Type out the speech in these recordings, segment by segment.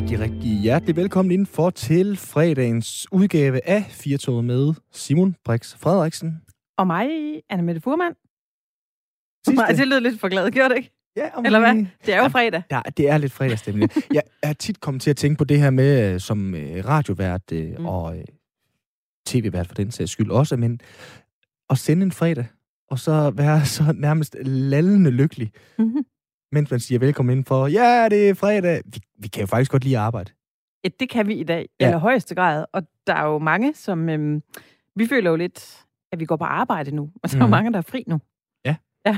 rigtig hjertelig velkommen indenfor til fredagens udgave af Firtoget med Simon Brix Frederiksen. Og mig, Anne-Mette Fuhrmann. Nej, det lød lidt for glad, gjorde det ikke? Ja, eller hvad? Det er jo fredag. Ja, det er lidt fredagsstemning. Jeg er tit kommet til at tænke på det her med, som radiovært og tv-vært for den sags skyld også, men at sende en fredag, og så være så nærmest lallende lykkelig, mens man siger velkommen indenfor. Ja, det er fredag. Vi kan jo faktisk godt lide at arbejde. Ja, det kan vi i dag, i allerhøjeste grad. Og der er jo mange, som... vi føler jo lidt, at vi går på arbejde nu. Og så er jo mange, der er fri nu. Ja.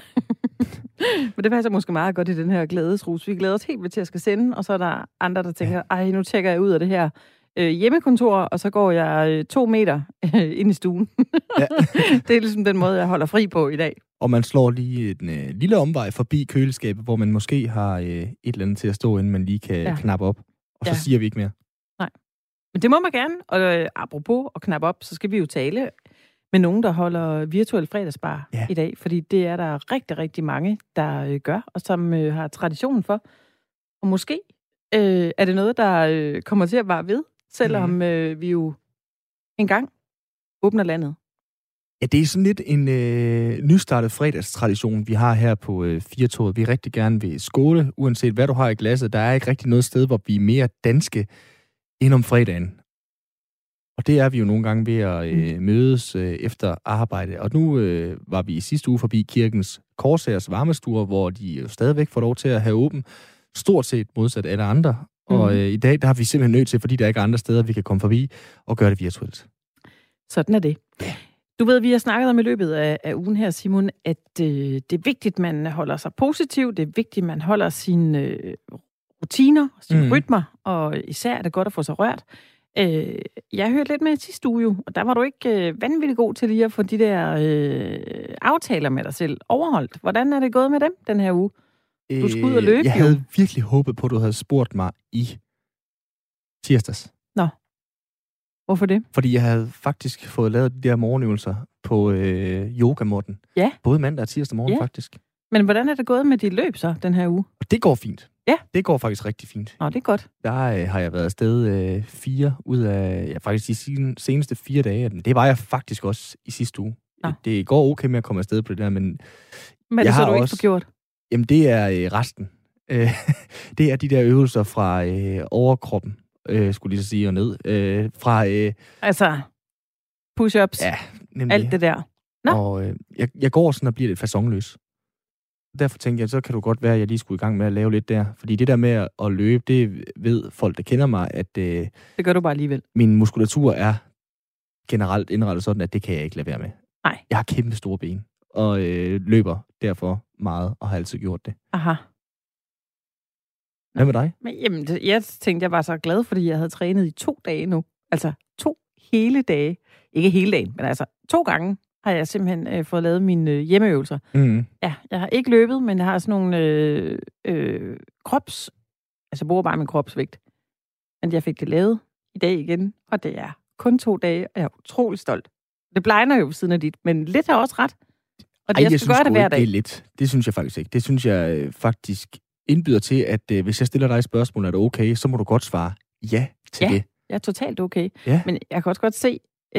Men det passer måske meget godt i den her glædesrus. Vi glæder os helt vildt til at skal sende, og så er der andre, der tænker, ej, nu tjekker jeg ud af det her hjemmekontor, og så går jeg 2 meter ind i stuen. Ja. Det er ligesom den måde, jeg holder fri på i dag. Og man slår lige en lille omvej forbi køleskabet, hvor man måske har et eller andet til at stå, inden man lige kan knappe op. Og så siger vi ikke mere. Nej. Men det må man gerne. Og apropos at knappe op, så skal vi jo tale med nogen, der holder virtuel fredagsbar i dag. Fordi det er der rigtig, rigtig mange, der gør, og som har traditionen for. Og måske er det noget, der kommer til at vare ved, selvom vi jo engang åbner landet. Ja, det er sådan lidt en nystartet fredagstradition, vi har her på Firtoget. Vi rigtig gerne vil skåle, uanset hvad du har i glasset. Der er ikke rigtig noget sted, hvor vi er mere danske end om fredagen. Og det er vi jo nogle gange ved at mødes efter arbejde. Og nu var vi i sidste uge forbi Kirkens Korsærs varmestuer, hvor de jo stadigvæk får lov til at have åben, stort set modsat alle andre. Og i dag, der har vi simpelthen nødt til, fordi der ikke er andre steder, vi kan komme forbi og gøre det virtuelt. Sådan er det. Ja. Du ved, vi har snakket om i løbet af ugen her, Simon, at det er vigtigt, man holder sig positiv. Det er vigtigt, man holder sine rutiner, sine rytmer, og især er det godt at få sig rørt. Jeg hørte lidt med sidste uge jo, og der var du ikke vanvittigt god til lige at få de der aftaler med dig selv overholdt. Hvordan er det gået med dem den her uge? Du skulle ud og løbe. Jeg havde virkelig håbet på, at du havde spurgt mig i tirsdags. Nå. Hvorfor det? Fordi jeg havde faktisk fået lavet de der morgenøvelser på yogamåtten. Ja. Både mandag og tirsdag morgen, faktisk. Men hvordan er det gået med dit løb så, den her uge? Og det går fint. Ja. Det går faktisk rigtig fint. Nå, det er godt. Der har jeg været afsted 4 ud af, faktisk de seneste 4 dage. Det var jeg faktisk også i sidste uge. Nå. Det går okay med at komme afsted på det der, men det så du ikke får gjort? Jamen, det er resten. Det er de der øvelser fra overkroppen, skulle lige så sige, og ned. Altså, push-ups, alt det der. Nå. Og jeg går sådan og bliver lidt fasonløs. Derfor tænkte jeg, så kan du godt være, at jeg lige skulle i gang med at lave lidt der. Fordi det der med at løbe, det ved folk, der kender mig, at det gør du bare alligevel. Min muskulatur er generelt indrettet sådan, at det kan jeg ikke lade være med. Nej. Jeg har kæmpe store ben, og løber derfor meget, og har altid gjort det. Aha. Hvad med dig? Men, jamen, jeg tænkte, jeg var så glad, fordi jeg havde trænet i 2 dage nu. Altså 2 hele dage. Ikke hele dagen, men altså 2 gange har jeg simpelthen fået lavet mine hjemmeøvelser. Ja, jeg har ikke løbet, men jeg har sådan nogle altså jeg bruger bare min kropsvægt. Men jeg fik det lavet i dag igen, og det er kun 2 dage, og jeg er utrolig stolt. Det blegner jo ved siden af dit, men lidt har også ret. Og jeg skal gøre det hver dag. Det er lidt. Det synes jeg faktisk ikke. Det synes jeg faktisk indbyder til, at hvis jeg stiller dig et spørgsmål, er det okay, så må du godt svare ja til det. Jeg er totalt okay. Ja. Men jeg kan også godt se,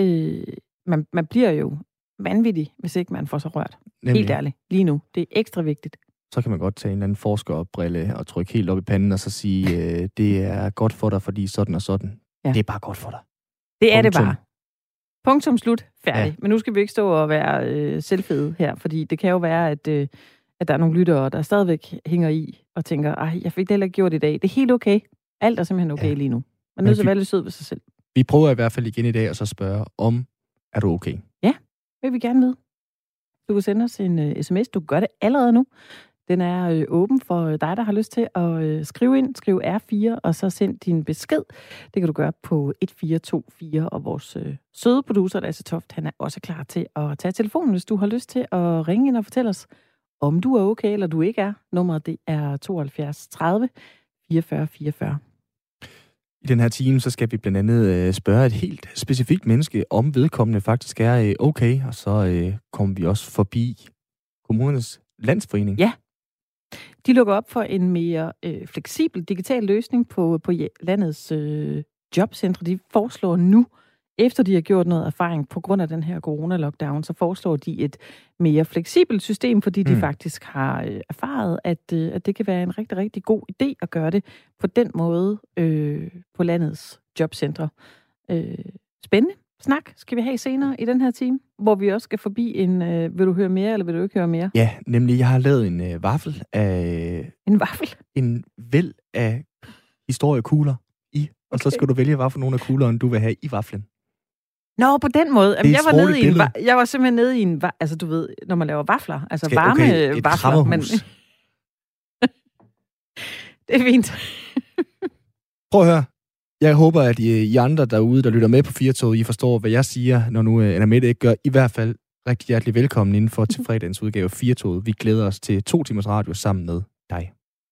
man bliver jo vanvittig, hvis ikke man får sig rørt. Nemlig. Helt ærligt. Lige nu. Det er ekstra vigtigt. Så kan man godt tage en eller anden forskerbrille og trykke helt op i panden og så sige, det er godt for dig, fordi sådan og sådan. Ja. Det er bare godt for dig. Det er det bare. Punktum slut. Færdig. Ja. Men nu skal vi ikke stå og være selvfede her, fordi det kan jo være, at der er nogle lyttere, der stadigvæk hænger i og tænker, ej, jeg fik det heller ikke gjort i dag. Det er helt okay. Alt er simpelthen okay lige nu. Man er nødt til at være lidt sød ved sig selv. Vi prøver i hvert fald igen i dag og så spørge, er du okay? Ja, vil vi gerne vide. Du kan sende os en sms. Du kan gøre det allerede nu. Den er åben for dig, der har lyst til at skrive ind. Skriv R4, og så send din besked. Det kan du gøre på 1424, og vores søde producer, Lasse Toft, han er også klar til at tage telefonen, hvis du har lyst til at ringe ind og fortælle os, om du er okay, eller du ikke er. Nummeret, det er 72 30 44 44. I den her time, så skal vi blandt andet spørge et helt specifikt menneske, om vedkommende faktisk er okay, og så kommer vi også forbi Kommunernes Landsforening. Ja, De lukker op for en mere fleksibel digital løsning på landets jobcentre. De foreslår nu, efter de har gjort noget erfaring på grund af den her corona-lockdown, så foreslår de et mere fleksibelt system, fordi de faktisk har erfaret, at det kan være en rigtig, rigtig god idé at gøre det på den måde på landets jobcentre. Spændende snak skal vi have senere i den her time, hvor vi også skal forbi en... vil du høre mere, eller vil du ikke høre mere? Ja, nemlig jeg har lavet en vaffel af... En vaffel? En væld af historiekugler i, og så skal du vælge, hvad for nogle af kuglerne du vil have i vaflen. Nå, på den måde. Jamen, jeg var simpelthen nede i en... Altså, du ved, når man laver vafler. Altså, varme vafler. Men... det er fint. Prøv at høre. Jeg håber, at I andre derude, der lytter med på Firtoget, I forstår, hvad jeg siger, når nu Anna Mette ikke gør. I hvert fald rigtig hjertelig velkommen indenfor til fredagens udgave af Firtoget. Vi glæder os til 2 timers radio sammen med dig.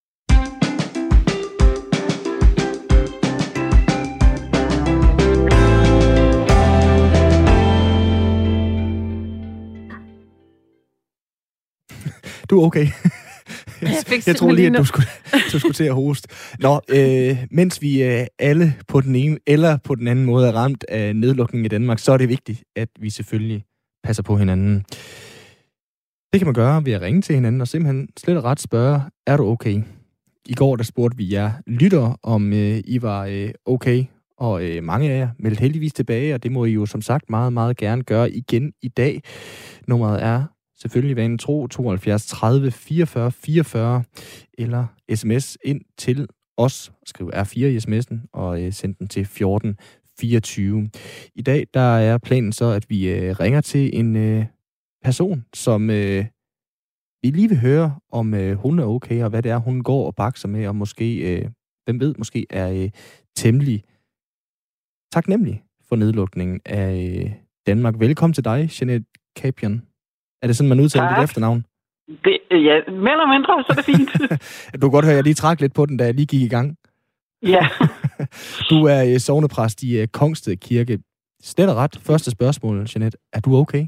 Du er okay. Jeg tror lige, at du skulle til at hoste. Nå, mens vi alle på den ene eller på den anden måde er ramt af nedlukningen i Danmark, så er det vigtigt, at vi selvfølgelig passer på hinanden. Det kan man gøre ved at ringe til hinanden og simpelthen slet og ret spørge, er du okay? I går der spurgte vi jer lyttere, om I var okay, og mange af jer meldte heldigvis tilbage, og det må I jo som sagt meget, meget gerne gøre igen i dag. Nummeret er selvfølgelig vanen tro, 72 30 44 44, eller sms ind til os. Skriv R4 i sms'en, og send den til 14 24. I dag der er planen så, at vi ringer til en person, som vi lige vil høre, om hun er okay, og hvad det er, hun går og bakser med, og måske, hvem ved, måske er temmelig taknemmelig for nedlukningen af Danmark. Velkommen til dig, Jeanette Capion. Er det sådan, man udtaler dit efternavn? Ja, mere eller mindre, så er det fint. Du kan godt høre, at jeg lige trak lidt på den, da jeg lige gik i gang. Ja. Du er sognepræst i Kongsted Kirke. Slet og ret. Første spørgsmål, Jeanette. Er du okay?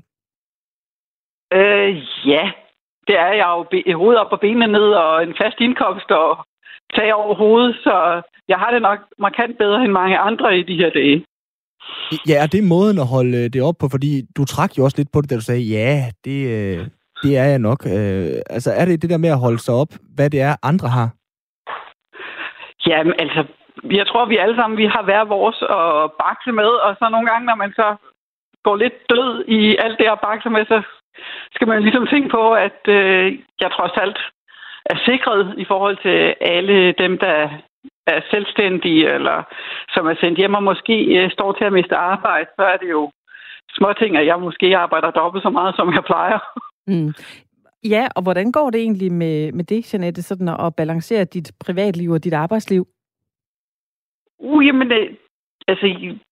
Ja, det er jeg jo. Hovedet op og benene ned, og en fast indkomst og tag over hovedet, så jeg har det nok markant bedre end mange andre i de her dage. Ja, er det måden at holde det op på? Fordi du trak jo også lidt på det, da du sagde, ja, det er jeg nok. Altså, er det der med at holde sig op, hvad det er, andre har? Jamen, altså, jeg tror, vi alle sammen, vi har hver vores at bakse med, og så nogle gange, når man så går lidt død i alt det at bakse med, så skal man ligesom tænke på, at jeg trods alt er sikret i forhold til alle dem, der er selvstændige, eller som er sendt hjem og måske står til at miste arbejde, så er det jo småting, at jeg måske arbejder dobbelt så meget, som jeg plejer. Mm. Ja, og hvordan går det egentlig med det, Jeanette, sådan at balancere dit privatliv og dit arbejdsliv? Jamen, altså,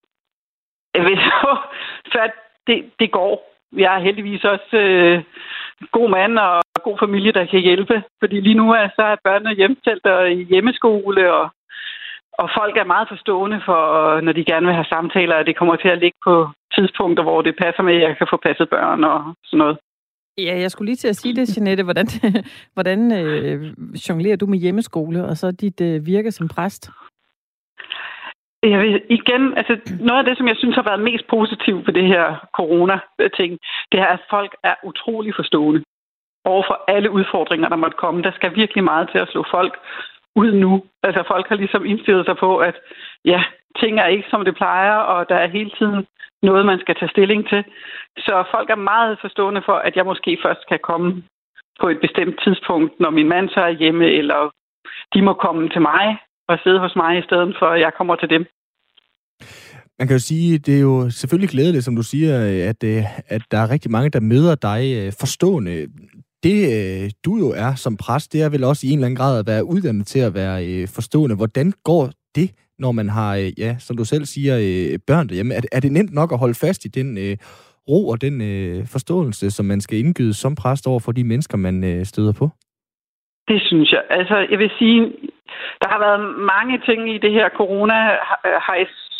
så det går. Jeg er heldigvis også god mand og god familie, der kan hjælpe. Fordi lige nu så er børnene hjemtelt og i hjemmeskole, og folk er meget forstående for, når de gerne vil have samtaler, at det kommer til at ligge på tidspunkter, hvor det passer med, at jeg kan få passet børn og sådan noget. Ja, jeg skulle lige til at sige det, Jeanette. Hvordan jonglerer du med hjemmeskole og så dit virke som præst? Jeg vil igen, altså noget af det, som jeg synes har været mest positivt ved det her corona-ting, det er, at folk er utrolig forstående over for alle udfordringer, der måtte komme. Der skal virkelig meget til at slå folk ud nu. Altså folk har ligesom indstillet sig på, at ja, ting er ikke, som det plejer, og der er hele tiden noget, man skal tage stilling til. Så folk er meget forstående for, at jeg måske først kan komme på et bestemt tidspunkt, når min mand så er hjemme, eller de må komme til mig og sidde hos mig, i stedet for, at jeg kommer til dem. Man kan jo sige, det er jo selvfølgelig glædeligt, som du siger, at der er rigtig mange, der møder dig forstående. Det, du jo er som præst, det er vel også i en eller anden grad at være uddannet til at være forstående. Hvordan går det, når man har, ja, som du selv siger, børn derhjemme? Er det nemt nok at holde fast i den ro og den forståelse, som man skal indgyde som præst over for de mennesker, man støder på? Det synes jeg. Altså, jeg vil sige, der har været mange ting i det her corona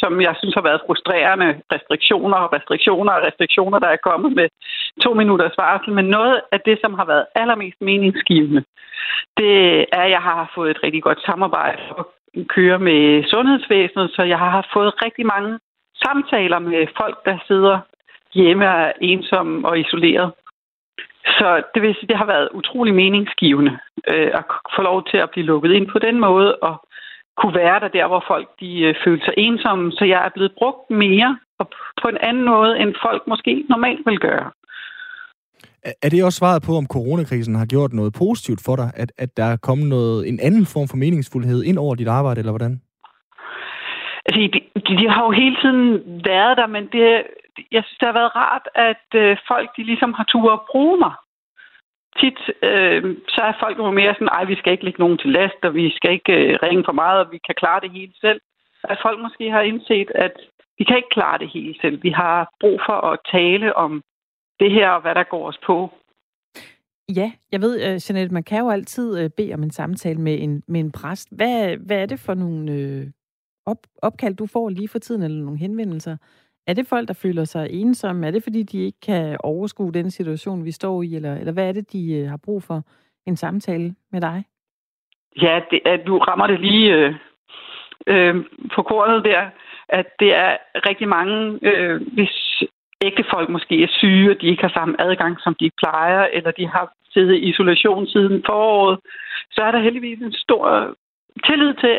som jeg synes har været frustrerende. Restriktioner, der er kommet med 2 minutters varsel. Men noget af det, som har været allermest meningsgivende, det er, at jeg har fået et rigtig godt samarbejde og køre med sundhedsvæsenet, så jeg har fået rigtig mange samtaler med folk, der sidder hjemme og er ensomme og isoleret. Så det vil sige, det har været utrolig meningsgivende at få lov til at blive lukket ind på den måde og kunne være der, hvor folk de føler sig ensomme. Så jeg er blevet brugt mere og på en anden måde, end folk måske normalt vil gøre. Er det også svaret på, om coronakrisen har gjort noget positivt for dig? At der er kommet en anden form for meningsfuldhed ind over dit arbejde, eller hvordan? Altså, de har jo hele tiden været der, men jeg synes, det har været rart, at folk de ligesom har turde at bruge mig. Tit så er folk jo mere sådan, vi skal ikke lægge nogen til last, og vi skal ikke ringe for meget, og vi kan klare det hele selv. At folk måske har indset, at vi kan ikke klare det hele selv. Vi har brug for at tale om det her, og hvad der går os på. Ja, jeg ved, Jeanette, man kan jo altid bede om en samtale med en præst. Hvad er det for nogle opkald, du får lige for tiden, eller nogle henvendelser? Er det folk, der føler sig ensomme? Er det, fordi de ikke kan overskue den situation, vi står i? Eller hvad er det, de har brug for en samtale med dig? Ja, du rammer det lige på kortet der, at det er rigtig mange, hvis ægtefolk måske er syge, og de ikke har samme adgang, som de plejer, eller de har siddet i isolation siden foråret, så er der heldigvis en stor tillid til,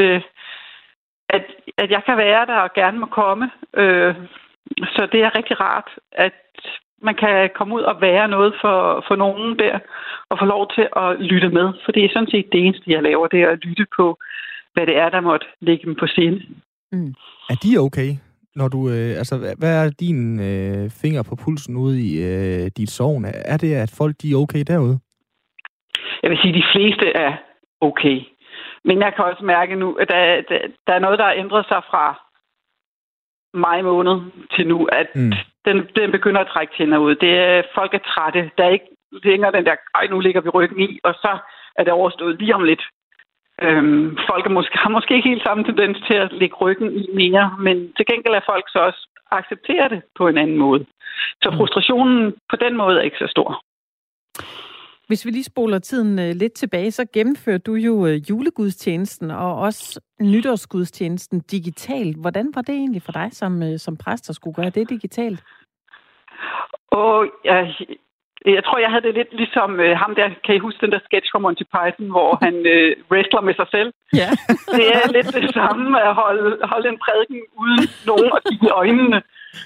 at jeg kan være der og gerne må komme. Så det er rigtig rart, at man kan komme ud og være noget for nogen der, og få lov til at lytte med. For det er sådan set det eneste, jeg laver, det er at lytte på, hvad det er, der måtte ligge dem på sinde. Mm. Er de okay? Når du, hvad er din finger på pulsen ude i dit sogn? Er det, at folk de er okay derude? Jeg vil sige, at de fleste er okay. Men jeg kan også mærke nu, at der er noget, der har ændret sig fra maj måned til nu, at den begynder at trække tænder ud. Folk er trætte. Der er ikke længere den der, nu ligger vi ryggen i, og så er det overstået lige om lidt. Folk har måske ikke helt samme tendens til at lægge ryggen i mere, men til gengæld er folk så også accepterer det på en anden måde. Så frustrationen på den måde er ikke så stor. Hvis vi lige spoler tiden lidt tilbage, så gennemførte du jo julegudstjenesten og også nytårsgudstjenesten digitalt. Hvordan var det egentlig for dig som præst at skulle gøre det digitalt? Jeg tror, jeg havde det lidt ligesom ham der, kan I huske den der sketch fra Monty Python, hvor han wrestler med sig selv? Ja. Det er lidt det samme at holde en prædiken uden nogen at kigge i øjnene.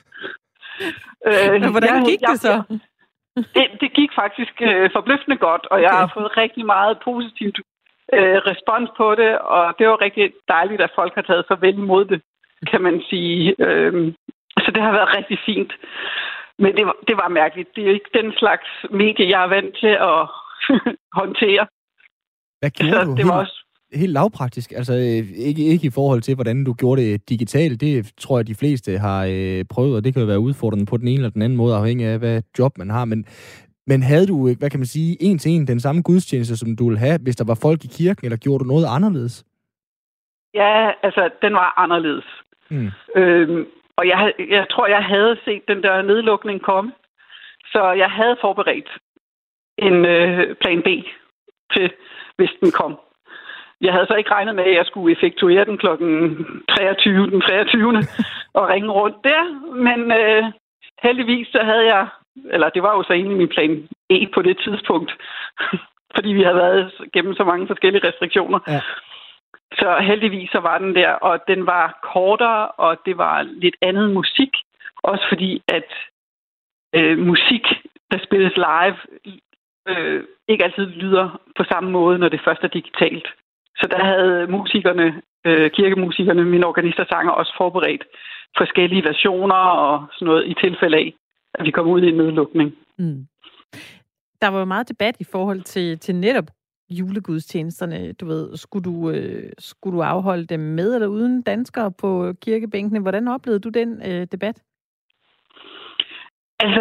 Hvordan gik det så? Det gik faktisk forbløffende godt, og jeg har fået rigtig meget positivt respons på det, og det var rigtig dejligt, at folk har taget så vel imod det, kan man sige. Så det har været rigtig fint. Men det var mærkeligt. Det er ikke den slags medie, jeg er vant til at håndtere. Hvad gjorde du? Det var også helt lavpraktisk. Altså ikke i forhold til, hvordan du gjorde det digitalt. Det tror jeg, de fleste har prøvet, og det kan jo være udfordrende på den ene eller den anden måde, afhængig af, hvad job man har. Men havde du, hvad kan man sige, en til en den samme gudstjeneste, som du ville have, hvis der var folk i kirken, eller gjorde du noget anderledes? Ja, altså, den var anderledes. Og jeg tror, jeg havde set den der nedlukning komme. Så jeg havde forberedt en plan B til, hvis den kom. Jeg havde så ikke regnet med, at jeg skulle effektuere den klokken 23. den 23. og ringe rundt der. Men heldigvis så havde jeg, eller det var jo så egentlig min plan E på det tidspunkt, fordi vi havde været gennem så mange forskellige restriktioner. Ja. Så heldigvis så var den der, og den var kortere, og det var lidt andet musik. Også fordi, at musik, der spilles live, ikke altid lyder på samme måde, når det først er digitalt. Så der havde musikerne, kirkemusikerne, mine organister sanger også forberedt forskellige versioner og sådan noget i tilfælde af, at vi kom ud i en nedlukning. Mm. Der var jo meget debat i forhold til netop julegudstjenesterne. Du ved, skulle du afholde dem med eller uden danskere på kirkebænkene? Hvordan oplevede du den debat? Altså,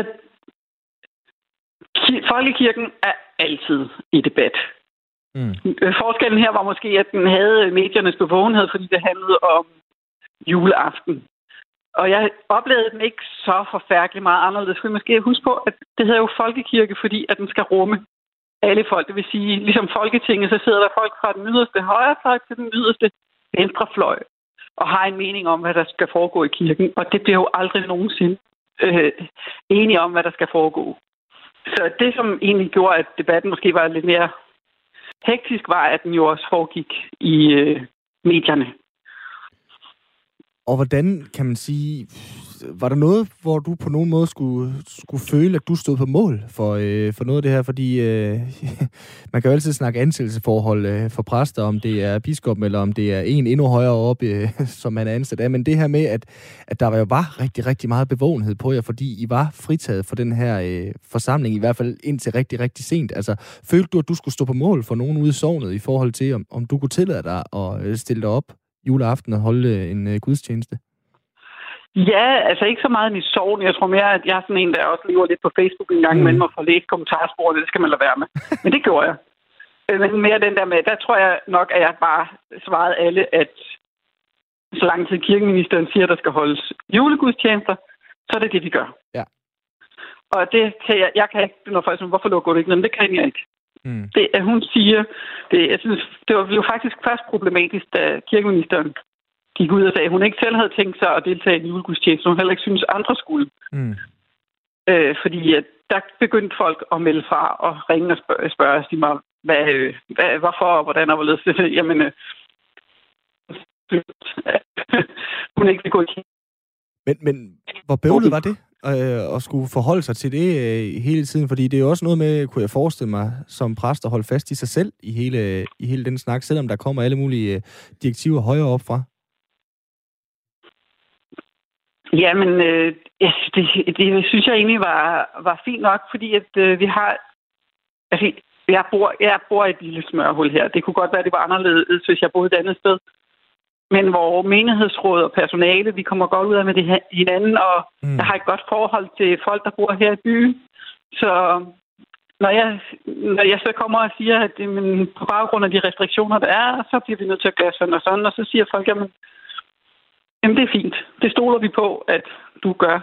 folkekirken er altid i debat. Forskellen her var måske, at den havde mediernes bevågenhed, fordi det handlede om juleaften. Og jeg oplevede den ikke så forfærdeligt meget anderledes. Skal vi måske huske på, at det hedder jo folkekirke, fordi at den skal rumme alle folk. Det vil sige, ligesom Folketinget, så sidder der folk fra den yderste højre fløj til den yderste venstre fløj og har en mening om, hvad der skal foregå i kirken. Og det bliver jo aldrig nogensinde enige om, hvad der skal foregå. Så det, som egentlig gjorde, at debatten måske var lidt mere hektisk, var, at den jo også foregik i medierne. Og hvordan, kan man sige, var der noget, hvor du på nogen måde skulle føle, at du stod på mål for noget af det her? Fordi man kan jo altid snakke ansættelsesforhold for præster, om det er biskoppen, eller om det er en endnu højere oppe, som man er ansat af. Men det her med, at der jo var rigtig, rigtig meget bevågenhed på jer, fordi I var fritaget for den her forsamling, i hvert fald indtil rigtig, rigtig sent. Altså, følte du, at du skulle stå på mål for nogen ude i sognet i forhold til, om du kunne tillade dig at stille dig op juleaften og holde en gudstjeneste? Ja, altså ikke så meget i sorgen. Jeg tror mere, at jeg er sådan en, der også lever lidt på Facebook en gang imellem og får læst kommentarsporene. Det skal man lade være med. Men det gjorde jeg. Men mere den der med, der tror jeg nok, at jeg bare svarede alle, at så lang tid kirkeministeren siger, at der skal holdes julegudstjenester, så er det det, vi gør. Ja. Og det kan jeg kan ikke, når folk siger, hvorfor lukker du ikke ned? Det kan jeg ikke. Det, at hun siger, jeg synes, det var jo faktisk først problematisk, da kirkeministeren gik ud og sagde, at hun ikke selv havde tænkt sig at deltage i en julegudstjeneste. Hun heller ikke synes, andre skulle. Fordi at der begyndte folk at melde fra og ringe og spørge sig mig, hvorfor og hvordan og hvorledes. Jamen, hun ikke vil gå i. Men hvor bøvlet var det? Og skulle forholde sig til det hele tiden, fordi det er jo også noget med, kunne jeg forestille mig, som præst at holde fast i sig selv i hele den snak, selvom der kommer alle mulige direktiver højere op fra. Jamen, det synes jeg egentlig var fint nok, fordi at vi har... Altså, jeg bor i et lille smørhul her. Det kunne godt være, at det var anderledes, hvis jeg boede et andet sted. Men hvor menighedsråd og personale, vi kommer godt ud af med det hinanden, og jeg har et godt forhold til folk, der bor her i byen. Så når jeg så kommer og siger, at på baggrund af de restriktioner, der er, så bliver vi nødt til at gøre sådan og sådan, og så siger folk, jamen det er fint. Det stoler vi på, at du gør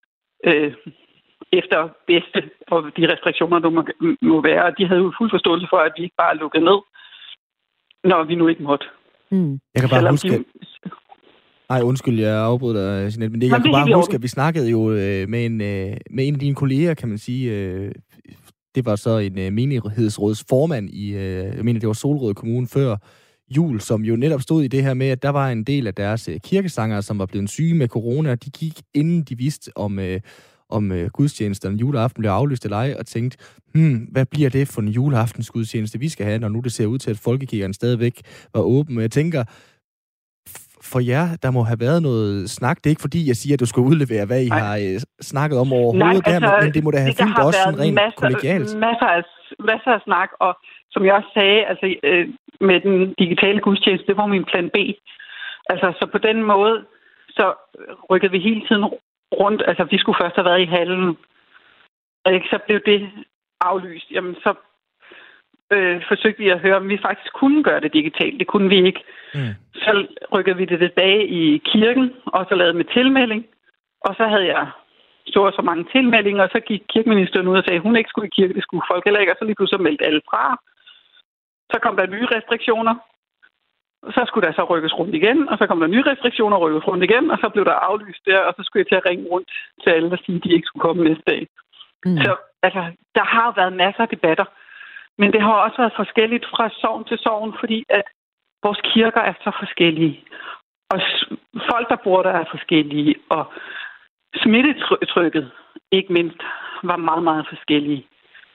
efter bedste og de restriktioner, du må være. Og de havde jo fuld forståelse for, at vi ikke bare lukkede ned, når vi nu ikke måtte. Jeg kan bare huske... Nej, undskyld, jeg afbryder dig, Jeanette, men jeg kan bare huske, at vi snakkede jo med en af dine kolleger, kan man sige. Det var så en menighedsrådsformand i, jeg mener, det var Solrød Kommune før jul, som jo netop stod i det her med, at der var en del af deres kirkesangere, som var blevet syge med corona, og de gik, inden de vidste om gudstjenesterne juleaften blev aflyst eller ej, og tænkte, hvad bliver det for en juleaftensgudstjeneste, vi skal have, når nu det ser ud til, at folkekirken stadigvæk var åben. Jeg tænker, for jer, der må have været noget snak. Det er ikke fordi, jeg siger, at du skal udlevere, hvad I har snakket om overhovedet. Nej, altså, men det må da have fyldt også sådan rent kollegialt. Masser af snak, og som jeg også sagde, altså, med den digitale gudstjeneste, det var min plan B. Altså, så på den måde, så rykkede vi hele tiden rundt. Altså, vi skulle først have været i hallen. Og så blev det aflyst. Jamen, så forsøgte vi at høre, om vi faktisk kunne gøre det digitalt. Det kunne vi ikke. Så rykkede vi det tilbage i kirken, og så lavede med tilmelding. Og så havde jeg så mange tilmeldinger, og så gik kirkeministeren ud og sagde, at hun ikke skulle i kirke, det skulle folk heller ikke, og så lige pludselig meldte alle fra. Så kom der nye restriktioner, og så skulle der så rykkes rundt igen, og så kom der nye restriktioner, rykkes rundt igen, og så blev der aflyst der, og så skulle jeg til at ringe rundt til alle og sige, at de ikke skulle komme næste dag. Så altså, der har været masser af debatter, men det har også været forskelligt fra sogn til sogn, fordi at vores kirker er så forskellige, og folk, der bor der, er forskellige, og smittetrykket, ikke mindst, var meget, meget forskellige.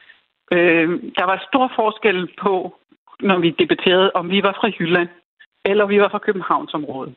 Der var stor forskel på, når vi debatterede, om vi var fra Jylland, eller vi var fra Københavnsområdet.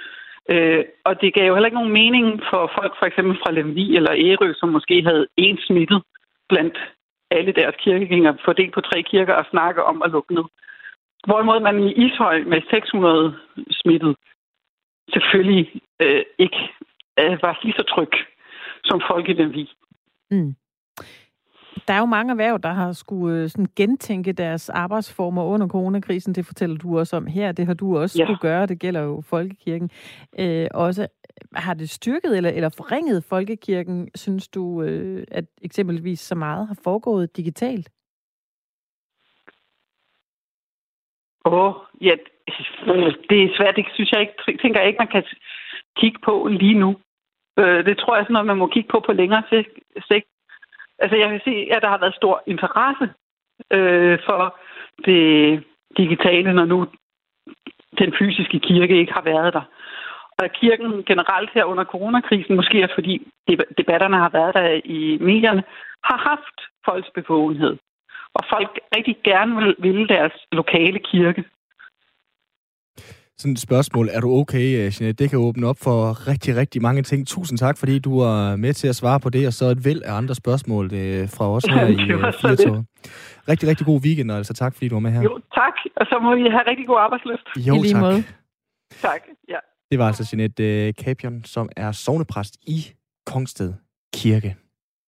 Og det gav jo heller ikke nogen mening for folk, for eksempel fra Lemvig eller Ærø, som måske havde én smittet blandt alle deres kirkegængere, fordelt på 3 kirker, og snakke om at lukke ned. Hvorimod man i Ishøj med 600 smittet selvfølgelig ikke var lige så tryg som folk i Lemvig. Der er jo mange erhverv, der har skulle sådan gentænke deres arbejdsformer under coronakrisen. Det fortæller du også om her. Det har du også skulle gøre. Det gælder jo folkekirken. Også har det styrket eller forringet folkekirken, synes du, at eksempelvis så meget har foregået digitalt? Ja, det er svært. Det synes jeg ikke, tænker jeg ikke, man kan kigge på lige nu. Det tror jeg er sådan noget, man må kigge på længere sigt. Altså jeg kan se, at der har været stor interesse for det digitale, når nu den fysiske kirke ikke har været der. Og kirken generelt her under coronakrisen, måske er fordi debatterne har været der i medierne, har haft folks bevågenhed. Og folk rigtig gerne vil deres lokale kirke. Sådan et spørgsmål. Er du okay, Jeanette? Det kan åbne op for rigtig, rigtig mange ting. Tusind tak, fordi du er med til at svare på det, og så et væld af andre spørgsmål fra os her i Firtoget. Rigtig, rigtig god weekend, og altså tak, fordi du var med her. Jo, tak. Og så må I have rigtig god arbejdslyst. Jo, tak. Måde. Tak, ja. Det var altså Jeanette Kapion, som er sognepræst i Kongsted Kirke.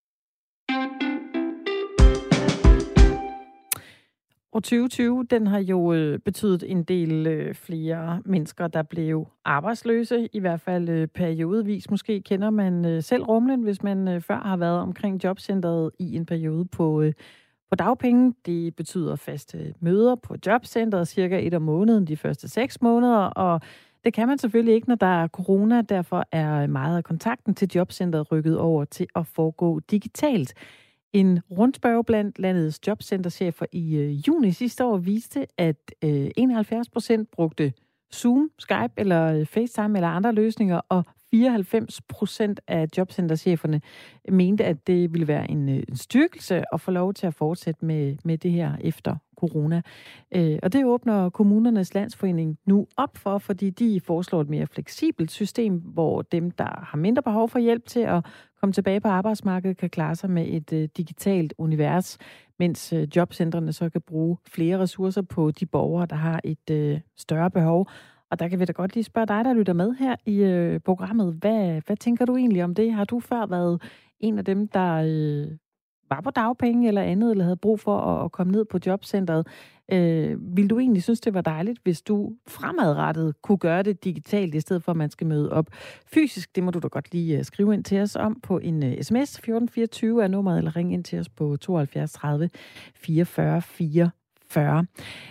År 2020, den har jo betydet en del flere mennesker, der blev arbejdsløse, i hvert fald periodevis. Måske kender man selv rumlen, hvis man før har været omkring jobcentret i en periode på dagpenge. Det betyder faste møder på jobcentret, cirka 1 om måneden de første 6 måneder, og det kan man selvfølgelig ikke, når der er corona. Derfor er meget af kontakten til jobcentret rykket over til at foregå digitalt. En rundspørge blandt landets jobcenterchefer i juni sidste år viste, at 71% brugte Zoom, Skype eller FaceTime eller andre løsninger, og 94% af jobcentercheferne mente, at det ville være en styrkelse at få lov til at fortsætte med det her efter corona. Og det åbner Kommunernes Landsforening nu op for, fordi de foreslår et mere fleksibelt system, hvor dem, der har mindre behov for hjælp til at komme tilbage på arbejdsmarkedet, kan klare sig med et digitalt univers, mens jobcentrene så kan bruge flere ressourcer på de borgere, der har et større behov. Og der kan vi da godt lige spørge dig, der lytter med her i programmet. Hvad tænker du egentlig om det? Har du før været en af dem, der var på dagpenge eller andet, eller havde brug for at komme ned på jobcentret? Vil du egentlig synes, det var dejligt, hvis du fremadrettet kunne gøre det digitalt, i stedet for, at man skal møde op fysisk? Det må du da godt lige skrive ind til os om på en sms. 1424 er nummeret, eller ring ind til os på 72 30 44 44.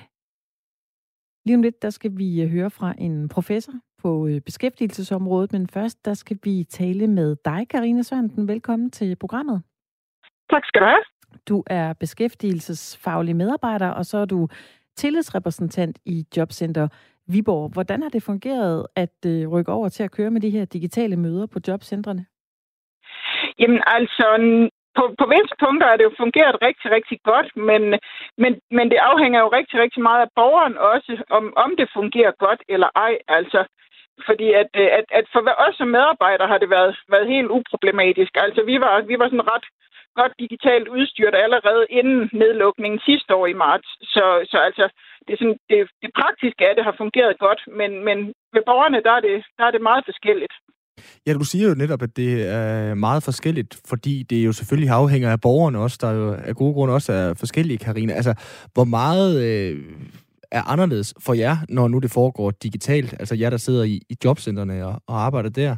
Lige om lidt, der skal vi høre fra en professor på beskæftigelsesområdet, men først, der skal vi tale med dig, Karina Sørensen. Velkommen til programmet. Tak skal du have. Du er beskæftigelsesfaglig medarbejder, og så er du tillidsrepræsentant i Jobcenter Viborg. Hvordan har det fungeret at rykke over til at køre med de her digitale møder på jobcentrene? Jamen altså, på visse punkter er det jo fungeret rigtig, rigtig godt, men det afhænger jo rigtig, rigtig meget af borgeren også, om det fungerer godt eller ej. Altså, fordi at for os som medarbejdere har det været helt uproblematisk. Altså, vi var sådan ret godt digitalt udstyret allerede inden nedlukningen sidste år i marts. Så altså, det praktiske af det har fungeret godt, men ved borgerne, der er det meget forskelligt. Ja, du siger jo netop, at det er meget forskelligt, fordi det jo selvfølgelig afhænger af borgerne også, der jo af gode grunde også er forskellige, Karina. Altså, hvor meget er anderledes for jer, når nu det foregår digitalt? Altså jer, der sidder i jobcentrene og arbejder der?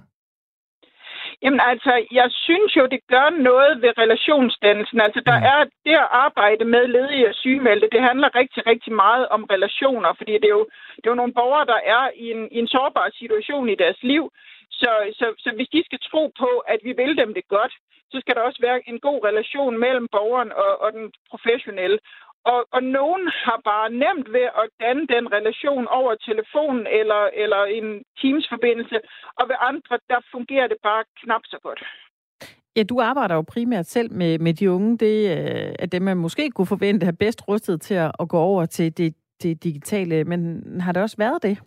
Jamen altså, jeg synes jo, det gør noget ved relationsdannelsen. Altså, der er det at arbejde med ledige og sygemeldte, det handler rigtig, rigtig meget om relationer, fordi det er jo nogle borgere, der er i en sårbar situation i deres liv. Så hvis de skal tro på, at vi vil dem det godt, så skal der også være en god relation mellem borgeren og den professionelle. Og nogen har bare nemt ved at danne den relation over telefonen eller en Teams-forbindelse, og ved andre, der fungerer det bare knap så godt. Ja, du arbejder jo primært selv med de unge. Det er dem, man måske kunne forvente er bedst rustet til at gå over til det digitale. Men har det også været det?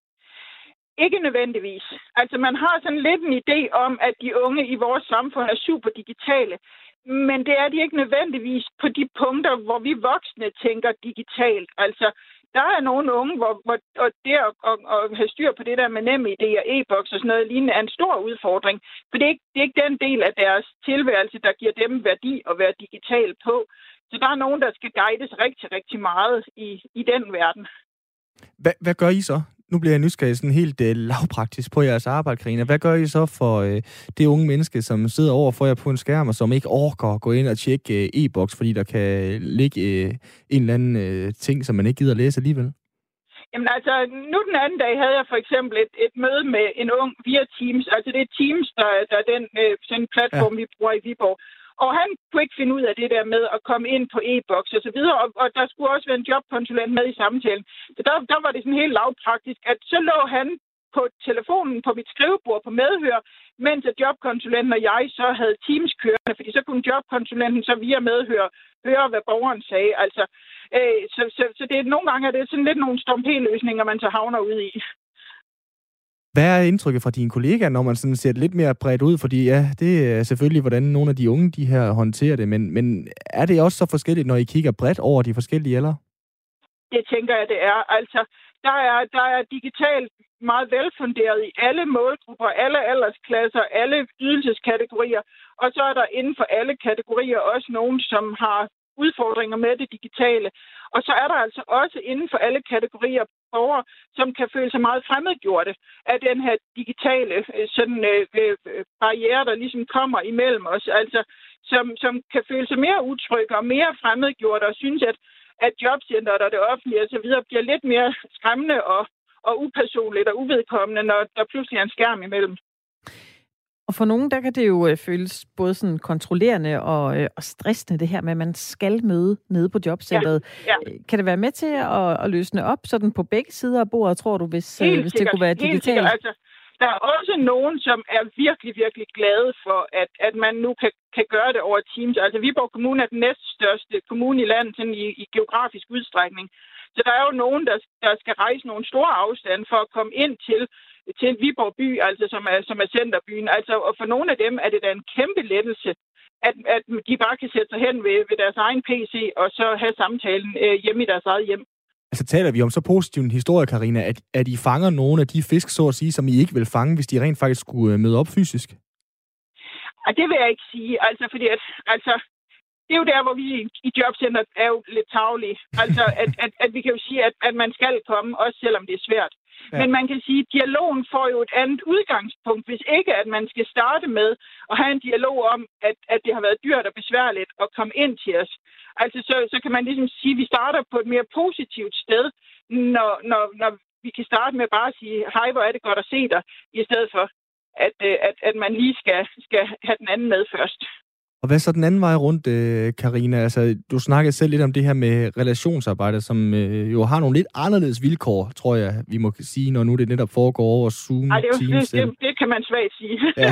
Ikke nødvendigvis. Altså, man har sådan lidt en idé om, at de unge i vores samfund er super digitale. Men det er de ikke nødvendigvis på de punkter, hvor vi voksne tænker digitalt. Altså, der er nogle unge, hvor det at have styr på det der med NemID og e-boks og sådan noget lignende er en stor udfordring. For det er ikke den del af deres tilværelse, der giver dem værdi at være digital på. Så der er nogen, der skal guides rigtig, rigtig meget i den verden. Hvad gør I så? Nu bliver jeg nysgerrig sådan helt lavpraktisk på jeres arbejde, Karina. Hvad gør I så for det unge menneske, som sidder over for jer på en skærm, og som ikke orker at gå ind og tjekke e-boks, fordi der kan ligge en eller anden ting, som man ikke gider læse alligevel? Jamen altså, nu den anden dag havde jeg for eksempel et møde med en ung via Teams. Altså det er Teams, der er den sådan platform, vi bruger i Viborg. Og han kunne ikke finde ud af det der med at komme ind på e-boks og så videre, og der skulle også være en jobkonsulent med i samtalen. Så der var det sådan helt lavpraktisk, at så lå han på telefonen på mit skrivebord på medhør, mens at jobkonsulenten og jeg så havde Teams kørende, fordi så kunne jobkonsulenten så via medhør høre, hvad borgeren sagde. Altså, så det er nogle gange er det sådan lidt nogle storm-p-løsninger, man så havner ud i. Hvad er indtrykket fra dine kollegaer, når man sådan ser det lidt mere bredt ud? Fordi ja, det er selvfølgelig, hvordan nogle af de unge de her håndterer det, men er det også så forskelligt, når I kigger bredt over de forskellige aldre? Det tænker jeg, det er. Altså, der er digitalt meget velfunderet i alle målgrupper, alle aldersklasser, alle ydelseskategorier, og så er der inden for alle kategorier også nogen, som har udfordringer med det digitale. Og så er der altså også inden for alle kategorier borgere, som kan føle sig meget fremmedgjorte af den her digitale barriere, der ligesom kommer imellem os. Altså, som kan føle sig mere utrygge og mere fremmedgjorte og synes, at jobcenteret og det offentlige og så videre bliver lidt mere skræmmende og upersonligt og uvedkommende, når der pludselig er en skærm imellem. Og for nogen, der kan det jo føles både sådan kontrollerende og stressende, det her med, at man skal møde nede på jobcentret. Ja. Kan det være med til at løsne op sådan på begge sider af bordet, tror du, hvis det kunne være digitalt? Altså, der er også nogen, som er virkelig, virkelig glade for, at man nu kan gøre det over Teams. Altså, Viborg Kommune er den næststørste kommune i landet sådan i geografisk udstrækning. Så der er jo nogen, der skal rejse nogle store afstande for at komme ind til Viborg by, altså som er centerbyen. Altså, og for nogle af dem er det da en kæmpe lettelse, at de bare kan sætte sig hen ved deres egen PC og så have samtalen hjemme i deres eget hjem. Altså taler vi om så positiv en historie, Karina, at I fanger nogle af de fisk, så at sige, som I ikke vil fange, hvis de rent faktisk skulle møde op fysisk? Og det vil jeg ikke sige, altså fordi det er jo der, hvor vi i jobcenteret er jo lidt tarvelige. Altså, at vi kan jo sige, at man skal komme, også selvom det er svært. Ja. Men man kan sige, at dialogen får jo et andet udgangspunkt, hvis ikke, at man skal starte med at have en dialog om, at det har været dyrt og besværligt at komme ind til os. Altså, så kan man ligesom sige, at vi starter på et mere positivt sted, når vi kan starte med bare at sige, hej, hvor er det godt at se dig, i stedet for, at man lige skal have den anden med først. Og hvad så den anden vej rundt, Karina? Altså, du snakkede selv lidt om det her med relationsarbejde, som jo har nogle lidt anderledes vilkår, tror jeg, vi må sige, når nu det netop foregår over Zoom, Teams. Det kan man svagt sige. Ja,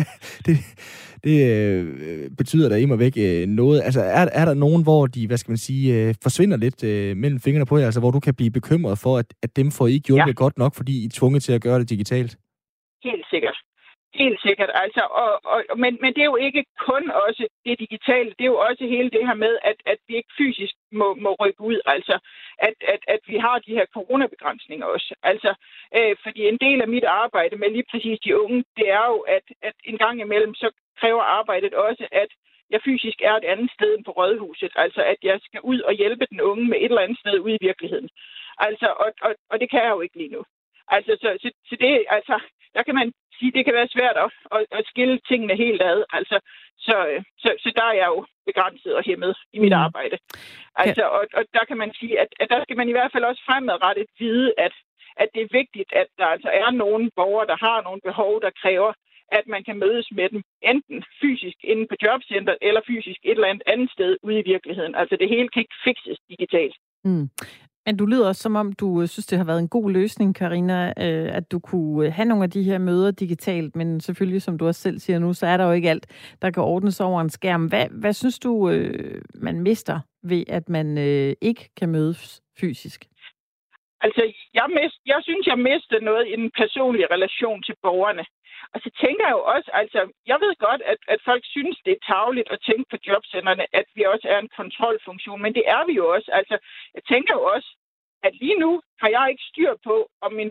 det betyder da immer væk noget. Altså, er der nogen, hvor de, hvad skal man sige, forsvinder lidt mellem fingrene på jer, altså hvor du kan blive bekymret for, at dem får I ikke hjulpet godt nok, fordi I er tvunget til at gøre det digitalt? Helt sikkert. Helt sikkert, altså, men det er jo ikke kun også det digitale, det er jo også hele det her med, at vi ikke fysisk må rykke ud, altså, at vi har de her coronabegrænsninger også. Altså, fordi en del af mit arbejde med lige præcis de unge, det er jo, at en gang imellem, så kræver arbejdet også, at jeg fysisk er et andet sted end på Rådhuset, altså, at jeg skal ud og hjælpe den unge med et eller andet sted ude i virkeligheden. Altså, og det kan jeg jo ikke lige nu. Altså, så det, altså, der kan man sige, det kan være svært at skille tingene helt ad. Altså, så der er jeg jo begrænset og hæmmet i mit arbejde. Altså, og der kan man sige, at der skal man i hvert fald også fremadrettet vide, at det er vigtigt, at der altså er nogle borgere, der har nogle behov, der kræver, at man kan mødes med dem, enten fysisk inde på jobcenteret, eller fysisk et eller andet sted ude i virkeligheden. Altså, det hele kan ikke fikses digitalt. Mm. Men du lyder også, som om du synes, det har været en god løsning, Karina, at du kunne have nogle af de her møder digitalt, men selvfølgelig, som du også selv siger nu, så er der jo ikke alt, der kan ordnes over en skærm. Hvad synes du, man mister ved, at man ikke kan mødes fysisk? Altså, jeg synes, jeg mister noget i den personlige relation til borgerne. Og så tænker jeg jo også, altså, jeg ved godt, at folk synes, det er tarveligt at tænke på jobcenterne, at vi også er en kontrolfunktion, men det er vi jo også. Altså, jeg tænker jo også, at lige nu har jeg ikke styr på, om min...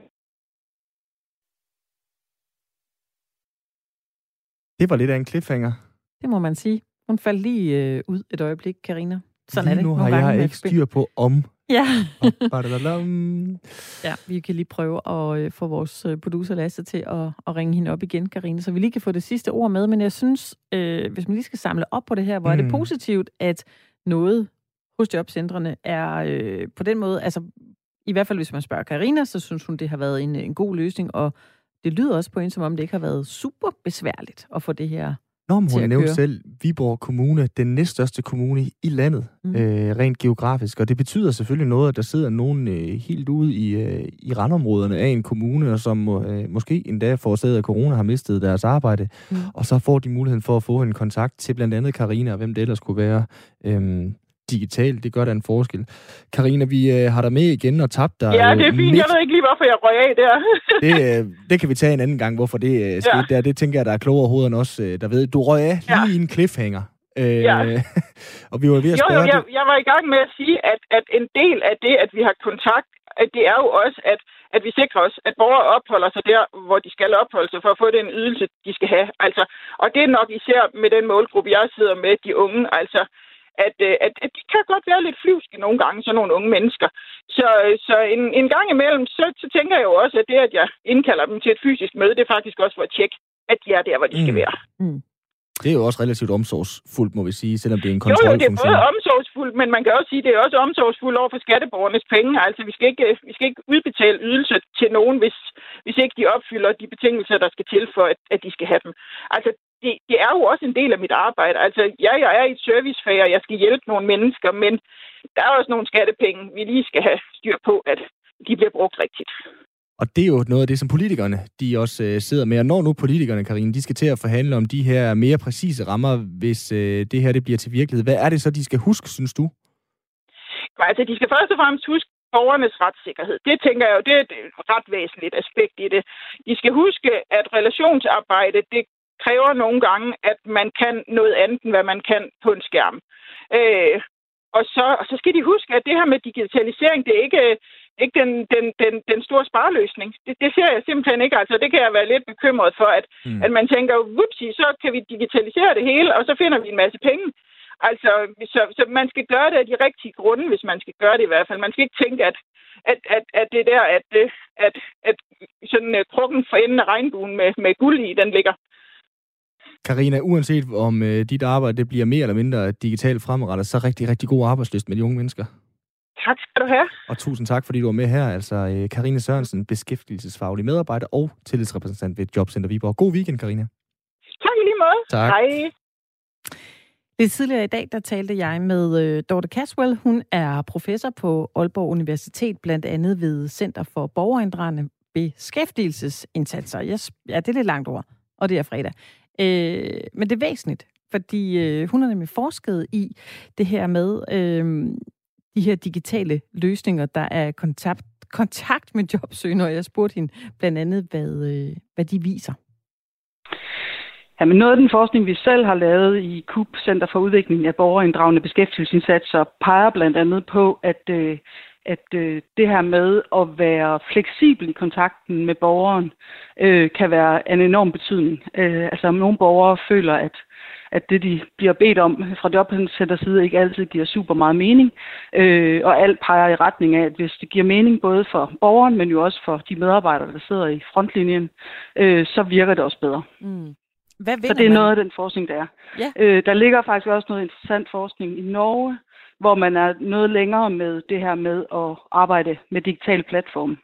Det var lidt af en cliffhanger. Det må man sige. Hun faldt lige ud et øjeblik, Karina. Sådan lige er det. Nu har jeg ikke styr på om. Ja. Ja, vi kan lige prøve at få vores producer Lasse til at ringe hende op igen, Karina, så vi lige kan få det sidste ord med. Men jeg synes, hvis man lige skal samle op på det her, hvor er det positivt, at noget hos jobcentrene er på den måde, altså i hvert fald hvis man spørger Karina, så synes hun, det har været en god løsning, og det lyder også på en, som om det ikke har været super besværligt at få det her. Hun nævnte selv Viborg Kommune, den næststørste kommune i landet, rent geografisk. Og det betyder selvfølgelig noget, at der sidder nogen helt ude i randområderne af en kommune, og som måske endda forårsaget af corona har mistet deres arbejde. Og så får de muligheden for at få en kontakt til blandt andet Karina, og hvem det ellers kunne være digitalt. Det gør da en forskel. Karina, vi har dig med igen og tabt dig. Ja, det er fint. Jeg ved ikke lige, hvorfor jeg røg af der. det kan vi tage en anden gang, hvorfor det skete der. Det tænker jeg, der er klogere hoveder end os, der ved. Du røg af lige i en cliffhanger. Og vi var ved at spørge... Jeg var i gang med at sige, at en del af det, at vi har kontakt, at det er jo også, at vi sikrer os, at borgere opholder sig der, hvor de skal opholde sig, for at få den ydelse, de skal have. Altså, og det er nok især med den målgruppe, jeg sidder med, de unge, altså, at de kan godt være lidt flyvske nogle gange, sådan nogle unge mennesker. Så en gang imellem, så tænker jeg jo også, at det, at jeg indkalder dem til et fysisk møde, det er faktisk også for at tjekke, at de er der, hvor de skal være. Det er jo også relativt omsorgsfuldt, må vi sige, selvom det er en kontrolfunktion. Jo, det er både omsorgsfuldt, men man kan også sige, at det er også omsorgsfuldt over for skatteborgernes penge. Altså, vi skal ikke udbetale ydelser til nogen, hvis ikke de opfylder de betingelser, der skal til for, at de skal have dem. Altså, det er jo også en del af mit arbejde. Altså, jeg er i et servicefag, og jeg skal hjælpe nogle mennesker, men der er også nogle skattepenge, vi lige skal have styr på, at de bliver brugt rigtigt. Og det er jo noget af det, som politikerne de også sidder med. Og når nu politikerne, Karine, de skal til at forhandle om de her mere præcise rammer, hvis det her det bliver til virkelighed, hvad er det så, de skal huske, synes du? Altså, de skal først og fremmest huske borgernes retssikkerhed. Det tænker jeg jo, det er et ret væsentligt aspekt i det. De skal huske, at relationsarbejde, det kræver nogle gange, at man kan noget andet, end hvad man kan på en skærm. Og så skal de huske, at det her med digitalisering, det er ikke den store spareløsning. Det ser jeg simpelthen ikke. Altså, det kan jeg være lidt bekymret for, at man tænker, whoopsie, så kan vi digitalisere det hele, og så finder vi en masse penge. Altså, så man skal gøre det af de rigtige grunde, hvis man skal gøre det i hvert fald. Man skal ikke tænke, at det der, at sådan krukken for enden af regnbuen med guld i, den ligger. Karina, uanset om dit arbejde det bliver mere eller mindre digitalt fremadrettet, så rigtig, rigtig god arbejdslyst med de unge mennesker. Tak skal du have. Og tusind tak, fordi du var med her. Altså, Karina Sørensen, beskæftigelsesfaglig medarbejder og tillidsrepræsentant ved Jobcenter Viborg. God weekend, Karina. Tak i lige måde. Tak. Hej. Lidt tidligere i dag, der talte jeg med Dorte Caswell. Hun er professor på Aalborg Universitet, blandt andet ved Center for Borgerinddragende Beskæftigelsesindsatser. Ja, det er lidt langt ord, og det er fredag. Men det er væsentligt, fordi hun har nemlig forsket i det her med de her digitale løsninger, der er kontakt med jobsøgende, og jeg spurgte hende blandt andet, hvad de viser. Jamen, noget af den forskning, vi selv har lavet i KUB, Center for Udvikling af Borgerinddragende Beskæftigelsesindsatser, peger blandt andet på, at det her med at være fleksibel i kontakten med borgeren, kan være en enorm betydning. Altså, nogle borgere føler, at det, de bliver bedt om fra Jobcenters side, ikke altid giver super meget mening. Og alt peger i retning af, at hvis det giver mening både for borgeren, men jo også for de medarbejdere, der sidder i frontlinjen, så virker det også bedre. Så det er noget af den forskning, der er. Ja. Der ligger faktisk også noget interessant forskning i Norge, hvor man er noget længere med det her med at arbejde med digitale platforme.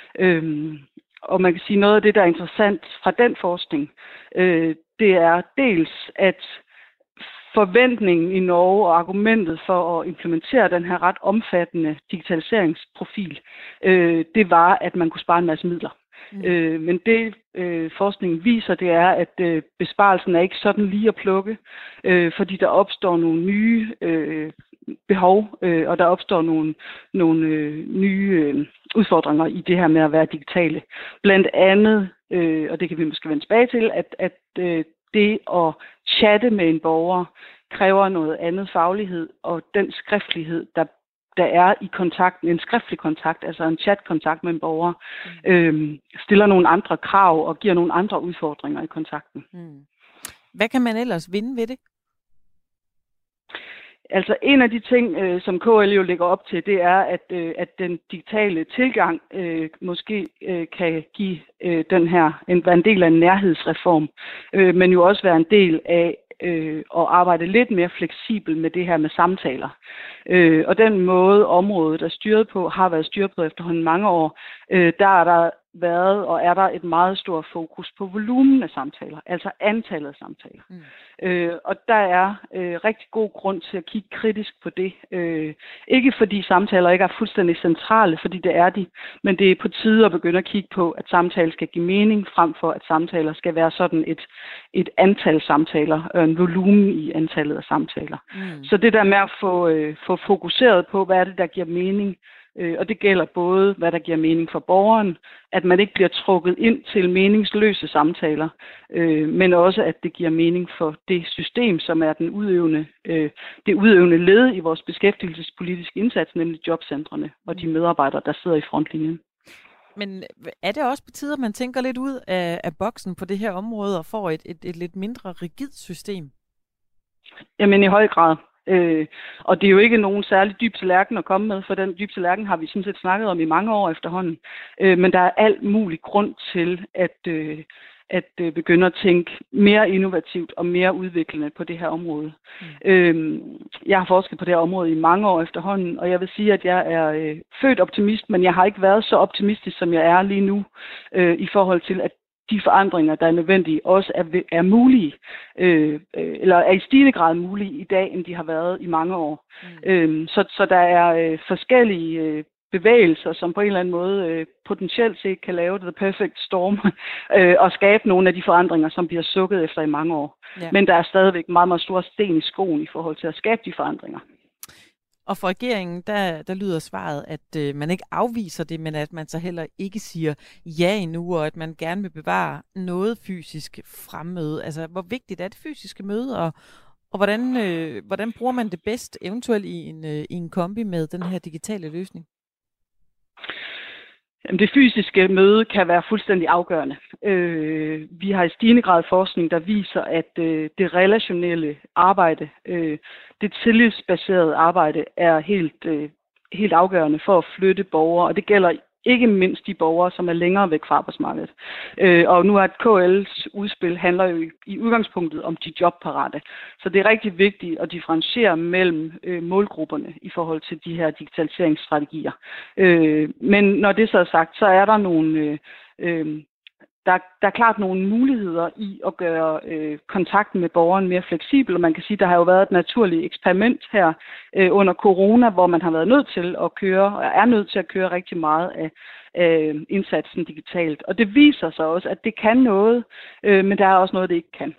Og man kan sige, noget af det, der er interessant fra den forskning, det er dels, at forventningen i Norge og argumentet for at implementere den her ret omfattende digitaliseringsprofil, det var, at man kunne spare en masse midler. Men det forskningen viser, det er, at besparelsen er ikke sådan lige at plukke, fordi der opstår nogle nye behov, og der opstår nogle nye udfordringer i det her med at være digitale. Blandt andet, og det kan vi måske vende tilbage til, at det at chatte med en borger kræver noget andet faglighed, og den skriftlighed, der er i kontakten, en skriftlig kontakt, altså en chatkontakt med en borger, stiller nogle andre krav og giver nogle andre udfordringer i kontakten. Hvad kan man ellers vinde ved det? Altså en af de ting, som KL jo lægger op til, det er, at den digitale tilgang måske kan give være en del af en nærhedsreform, men jo også være en del af at arbejde lidt mere fleksibel med det her med samtaler. Og den måde området er styret på, har været styret på efterhånden mange år, der er der været og er der et meget stort fokus på volumen af samtaler, altså antallet af samtaler. Og der er rigtig god grund til at kigge kritisk på det. Ikke fordi samtaler ikke er fuldstændig centrale, fordi det er de, men det er på tide at begynde at kigge på, at samtaler skal give mening, frem for at samtaler skal være sådan et antal samtaler, en volumen i antallet af samtaler. Så det der med at få fokuseret på, hvad er det, der giver mening, og det gælder både, hvad der giver mening for borgeren, at man ikke bliver trukket ind til meningsløse samtaler, men også, at det giver mening for det system, som er det udøvende led i vores beskæftigelsespolitiske indsats, nemlig jobcentrene og de medarbejdere, der sidder i frontlinjen. Men er det også på tide, at man tænker lidt ud af boksen på det her område og får et lidt mindre rigidt system? Jamen i høj grad. Og det er jo ikke nogen særlig dyb tallerken at komme med, for den dyb tallerken har vi sådan set snakket om i mange år efterhånden. Men der er alt mulig grund til at begynde at tænke mere innovativt og mere udviklende på det her område. Jeg har forsket på det her område i mange år efterhånden, og jeg vil sige, at jeg er født optimist, men jeg har ikke været så optimistisk, som jeg er lige nu, i forhold til, at de forandringer, der er nødvendige, også er mulige, eller er i stigende grad mulige i dag, end de har været i mange år. Så der er forskellige bevægelser, som på en eller anden måde potentielt set kan lave the perfect storm, og skabe nogle af de forandringer, som bliver sukket efter i mange år. Ja. Men der er stadigvæk meget, meget store sten i skoen i forhold til at skabe de forandringer. Og for regeringen, der lyder svaret, at man ikke afviser det, men at man så heller ikke siger ja endnu, og at man gerne vil bevare noget fysisk fremmøde. Altså, hvor vigtigt er det fysiske møde, og hvordan bruger man det bedst eventuelt i en kombi med den her digitale løsning? Jamen, det fysiske møde kan være fuldstændig afgørende. Vi har i stigende grad forskning, der viser, at det relationelle arbejde, det tillidsbaserede arbejde, er helt afgørende for at flytte borgere, og det gælder ikke mindst de borgere, som er længere væk fra arbejdsmarkedet. Og nu er KL's udspil handler jo i udgangspunktet om de jobparate. Så det er rigtig vigtigt at differentiere mellem målgrupperne i forhold til de her digitaliseringsstrategier. Men når det så er sagt, så er der nogle... Der er klart nogle muligheder i at gøre kontakten med borgeren mere fleksibel, og man kan sige, at der har jo været et naturligt eksperiment her under corona, hvor man har været nødt til at køre, og er nødt til at køre rigtig meget af indsatsen digitalt. Og det viser sig også, at det kan noget, men der er også noget, det ikke kan.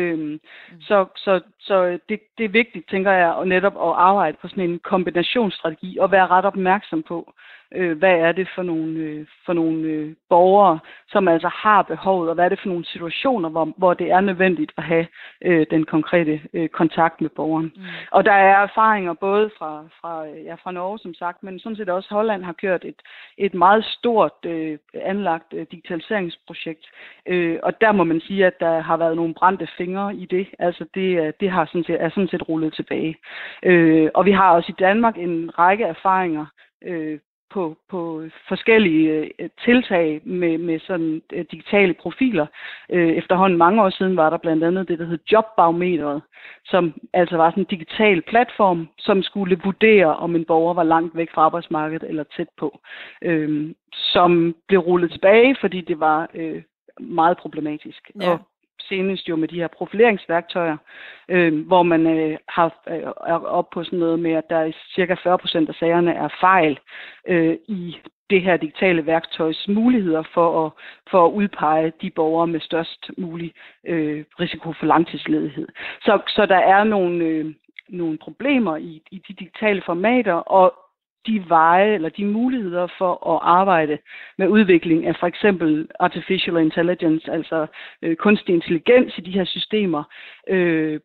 Så det er vigtigt, tænker jeg, at netop at arbejde på sådan en kombinationsstrategi og være ret opmærksom på, hvad er det for nogle borgere, som altså har behovet, og hvad er det for nogle situationer, hvor det er nødvendigt at have den konkrete kontakt med borgeren. Og der er erfaringer både fra Norge, som sagt, men sådan set også Holland har kørt et meget stort anlagt digitaliseringsprojekt, og der må man sige, at der har været nogle brændte fingre i det. Altså det har sådan set rullet tilbage. Og vi har også i Danmark en række erfaringer på forskellige tiltag med sådan digitale profiler. Efterhånden mange år siden var der blandt andet det, der hed Jobbarometeret, som altså var sådan en digital platform, som skulle vurdere, om en borger var langt væk fra arbejdsmarkedet eller tæt på. Som blev rullet tilbage, fordi det var meget problematisk. Ja. Og senest jo med de her profileringsværktøjer, hvor man er oppe på sådan noget med, at der er cirka 40% af sagerne er fejl i det her digitale værktøjs muligheder for at udpege de borgere med størst mulig risiko for langtidsledighed. Så der er nogle problemer i de digitale formater, og de veje eller de muligheder for at arbejde med udvikling af for eksempel artificial intelligence, altså kunstig intelligens i de her systemer,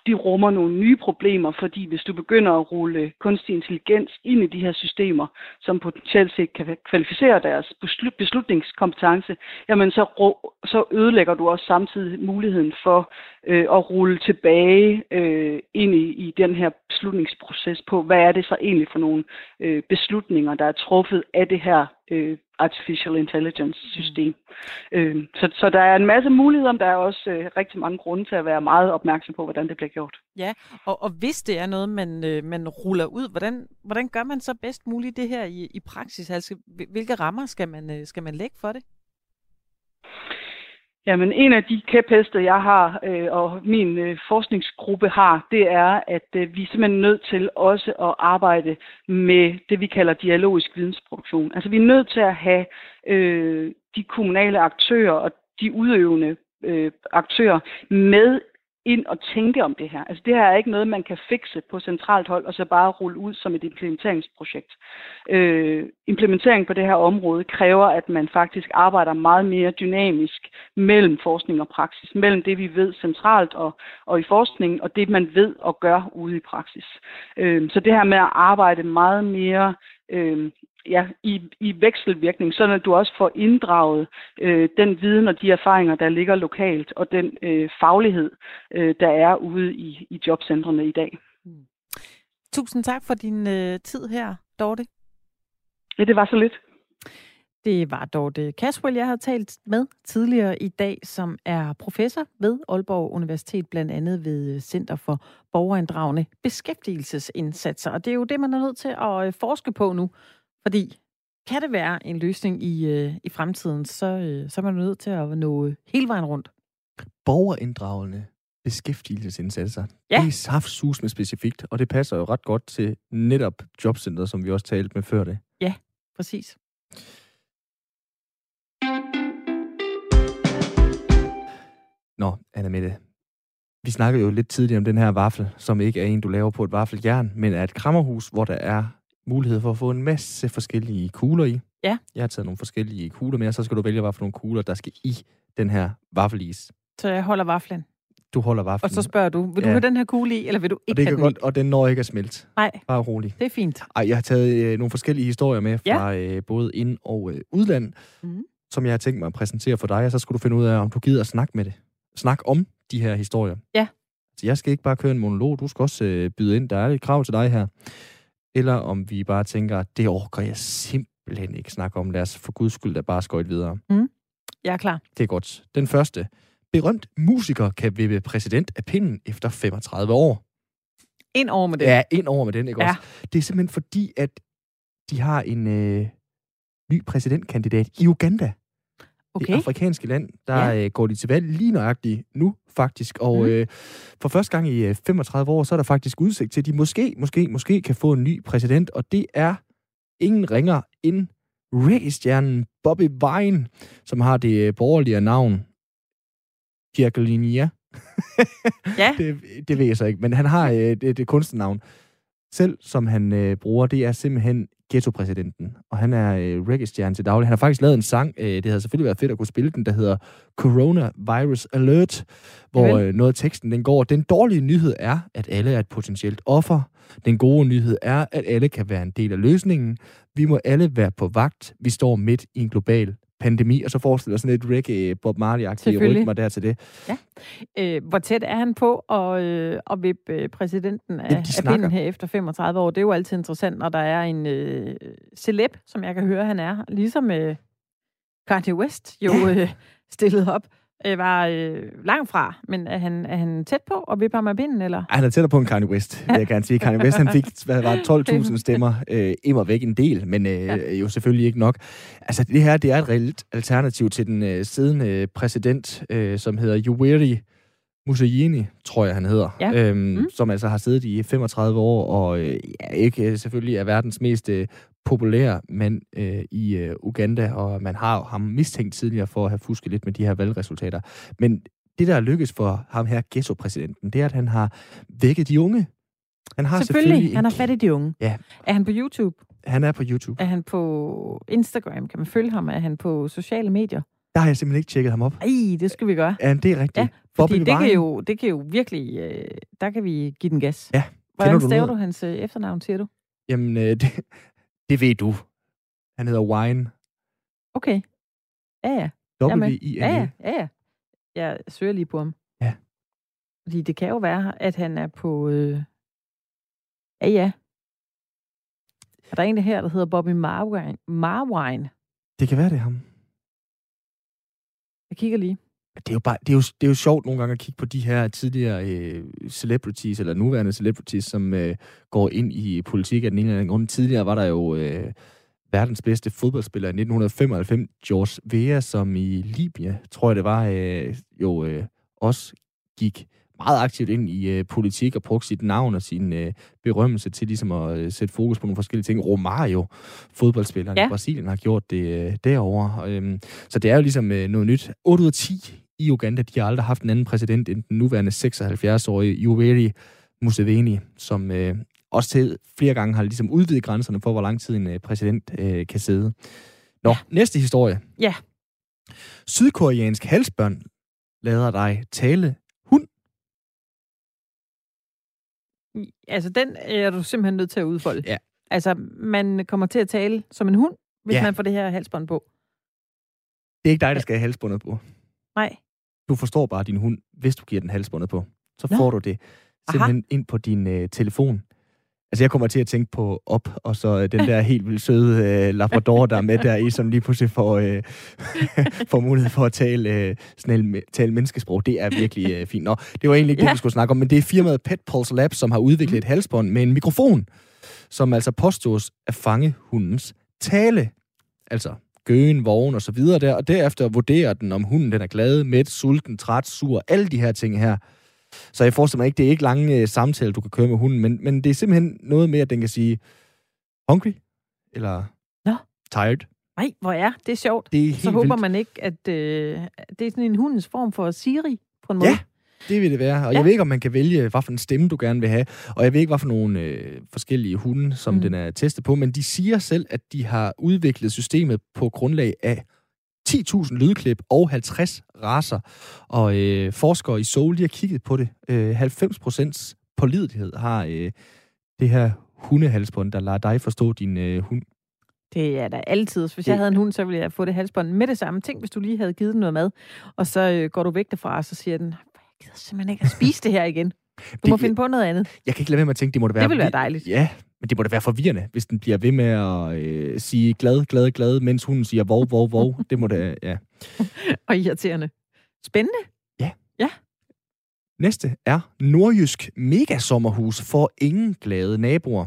de rummer nogle nye problemer, fordi hvis du begynder at rulle kunstig intelligens ind i de her systemer, som potentielt set kan kvalificere deres beslutningskompetence, jamen så ødelægger du også samtidig muligheden for at rulle tilbage ind i den her beslutningsproces på, hvad er det så egentlig for nogle beslutninger, der er truffet af det her artificial intelligence system. Så der er en masse muligheder, men der er også rigtig mange grunde til at være meget opmærksom på, hvordan det bliver gjort. Ja, og hvis det er noget, man ruller ud, hvordan gør man så bedst muligt det her i praksis? Altså, hvilke rammer skal man lægge for det? Jamen, en af de kæpheste, jeg har, og min forskningsgruppe har, det er, at vi er simpelthen nødt til også at arbejde med det, vi kalder dialogisk vidensproduktion. Altså, vi er nødt til at have de kommunale aktører og de udøvende aktører med ind og tænke om det her. Altså, det her er ikke noget, man kan fikse på centralt hold, og så bare rulle ud som et implementeringsprojekt. Implementering på det her område kræver, at man faktisk arbejder meget mere dynamisk mellem forskning og praksis, mellem det, vi ved centralt og i forskningen, og det, man ved og gør ude i praksis. Så det her med at arbejde meget mere i vekselvirkning, så at du også får inddraget den viden og de erfaringer, der ligger lokalt, og den faglighed, der er ude i jobcentrene i dag. Tusind tak for din tid her, Dorte. Ja, det var så lidt. Det var Dorte Caswell, jeg havde talt med tidligere i dag, som er professor ved Aalborg Universitet, blandt andet ved Center for Borgerinddragende Beskæftigelsesindsatser. Og det er jo det, man er nødt til at forske på nu, fordi kan det være en løsning i fremtiden, så er man nødt til at nå hele vejen rundt. Borgerinddragende beskæftigelsesindsatser. Ja. Det er saftsus med specifikt, og det passer jo ret godt til netop jobcentret, som vi også talte med før det. Ja, præcis. Nå, Anna-Mette, vi snakkede jo lidt tidligere om den her vaffel, som ikke er en, du laver på et vaffeljern, men er et krammerhus, hvor der er mulighed for at få en masse forskellige kugler i. Ja. Jeg har taget nogle forskellige kugler med, og så skal du vælge, hvad for nogle kugler, der skal i den her vaffelis. Så jeg holder vaflen. Du holder vaflen. Og så spørger du, vil du have den her kugle i, eller vil du ikke have den godt, og den når ikke at smelte. Nej. Bare rolig. Det er fint. Jeg har taget nogle forskellige historier med fra både ind- og udland, som jeg har tænkt mig at præsentere for dig, og så skal du finde ud af, om du gider at snakke om de her historier. Ja. Så jeg skal ikke bare køre en monolog, du skal også byde ind. Der er et krav til dig her. Eller om vi bare tænker, det orker jeg simpelthen ikke snakke om. Lad os for guds skyld da bare skøjte videre. Jeg er klar. Det er godt. Den første. Berømt musiker kan vippe præsident af pinden efter 35 år. Ind over med den. Ja, ind over med den, ikke ja. også? Det er simpelthen fordi, at de har en ny præsidentkandidat i Uganda. Okay. Det afrikanske land, der går de til valg lige nøjagtigt nu, faktisk. Og for første gang i 35 år, så er der faktisk udsigt til, at de måske kan få en ny præsident. Og det er ingen ringer end reggae-stjernen Bobby Wine, som har det borgerlige navn Diagolinia. Ja. det ved jeg så ikke, men han har det kunstnernavn. Selv som han bruger, det er simpelthen ghetto-præsidenten. Og han er reggae-stjerne til daglig. Han har faktisk lavet en sang, det havde selvfølgelig været fedt at kunne spille den, der hedder Coronavirus Alert, hvor noget af teksten den går. Den dårlige nyhed er, at alle er et potentielt offer. Den gode nyhed er, at alle kan være en del af løsningen. Vi må alle være på vagt. Vi står midt i en global pandemi, og så forestiller sådan et reggae Bob Marley-agtige rytmer der til det. Ja. Hvor tæt er han på at vippe præsidenten af pinden her efter 35 år? Det er jo altid interessant, når der er en celeb, som jeg kan høre, han er. Ligesom Kanye West jo stillet op. Var langt fra, men er han tæt på at vippe ham af pinden, eller? Han er tættere på en Kanye West, vil jeg gerne sige. Kanye West, han fik 12.000 stemmer, immer væk en del, men jo selvfølgelig ikke nok. Altså, det her, det er et reelt alternativ til den siddende præsident, som hedder Yoweri Museveni, tror jeg, han hedder, som altså har siddet i 35 år, og ikke selvfølgelig er verdens mest populære mand i Uganda, og man har ham mistænkt tidligere for at have fusket lidt med de her valgresultater. Men det, der er lykkes for ham her, ghetto-præsidenten, det er, at han har vækket de unge. Han har selvfølgelig han har fat i de unge. Ja. Er han på YouTube? Han er på YouTube. Er han på Instagram? Kan man følge ham? Er han på sociale medier? Der har jeg simpelthen ikke tjekket ham op. Ej, det skal vi gøre. Ja, det er rigtigt. Ja, fordi det kan jo virkelig... der kan vi give den gas. Ja. Hvordan staver du hans efternavn, siger du? Jamen, det ved du. Han hedder Wine. Okay. Ja. W-I-N-E. Ja. Jeg søger lige på ham. Ja. Fordi det kan jo være, at han er på... Ja. Er der en her, der hedder Bobby Marwine? Det kan være, det er ham. Jeg kigger lige. Det er jo sjovt nogle gange at kigge på de her tidligere celebrities, eller nuværende celebrities, som går ind i politik af den ene eller anden grund. Tidligere var der jo verdens bedste fodboldspiller i 1995, George Weah, som i Libyen, tror jeg det var, også gik meget aktivt ind i politik og brugte sit navn og sin berømmelse til ligesom at sætte fokus på nogle forskellige ting. Romario, fodboldspilleren i Brasilien, har gjort det derovre. Så det er jo ligesom noget nyt. 8 ud af 10 i Uganda, de har aldrig haft en anden præsident end den nuværende 76-årige Yoweri Museveni, som også til flere gange har ligesom udvidet grænserne for, hvor lang tid en præsident kan sidde. Næste historie. Ja. Sydkoreansk halsbånd lader dig tale hund. Altså, den er du simpelthen nødt til at udfolde. Ja. Altså, man kommer til at tale som en hund, hvis man får det her halsbånd på. Det er ikke dig, der skal have halsbåndet på. Nej. Du forstår bare din hund, hvis du giver den halsbåndet på. Så får du det simpelthen ind på din telefon. Altså, jeg kommer til at tænke på Op, og så den der helt vildt søde labrador, der er med der i, som lige pludselig får mulighed for at tale menneskesprog. Det er virkelig fint. Det var egentlig ikke det, vi skulle snakke om, men det er firmaet PetPulse Labs, som har udviklet et halsbånd med en mikrofon, som altså påstås at fange hundens tale. Altså gøen, vågen og så videre der, og derefter vurderer den, om hunden den er glad, mæt, sulten, træt, sur, alle de her ting her. Så jeg forestiller mig ikke, det er ikke lange samtaler, du kan køre med hunden, men det er simpelthen noget med, at den kan sige hungry, eller tired. Nej, hvor er det sjovt. Det er så håber man ikke, at det er sådan en hundens form for Siri på en måde. Ja, det vil det være. Og jeg ved ikke, om man kan vælge, hvad for en stemme du gerne vil have. Og jeg ved ikke, hvad for nogle forskellige hunde, som den er testet på. Men de siger selv, at de har udviklet systemet på grundlag af 10.000 lydklip og 50 racer. Og forskere i Seoul, de har kigget på det. 90% pålidelighed har det her hundehalsbånd, der lader dig forstå din hund. Det er da altid. Hvis jeg havde en hund, så ville jeg få det halsbånd med det samme. Tænk, hvis du lige havde givet den noget mad, og så går du væk derfra, og så siger den, jeg gider simpelthen ikke at spise det her igen. Du må finde på noget andet. Jeg kan ikke lade være med at tænke, det må det være. Det vil være dejligt. Ja, men det må da være forvirrende, hvis den bliver ved med at sige glad, glad, glad, mens hunden siger vov, vov, vov. Det må da, ja. Og irriterende. Spændende. Ja. Næste er nordjysk megasommerhus for ingen glade naboer.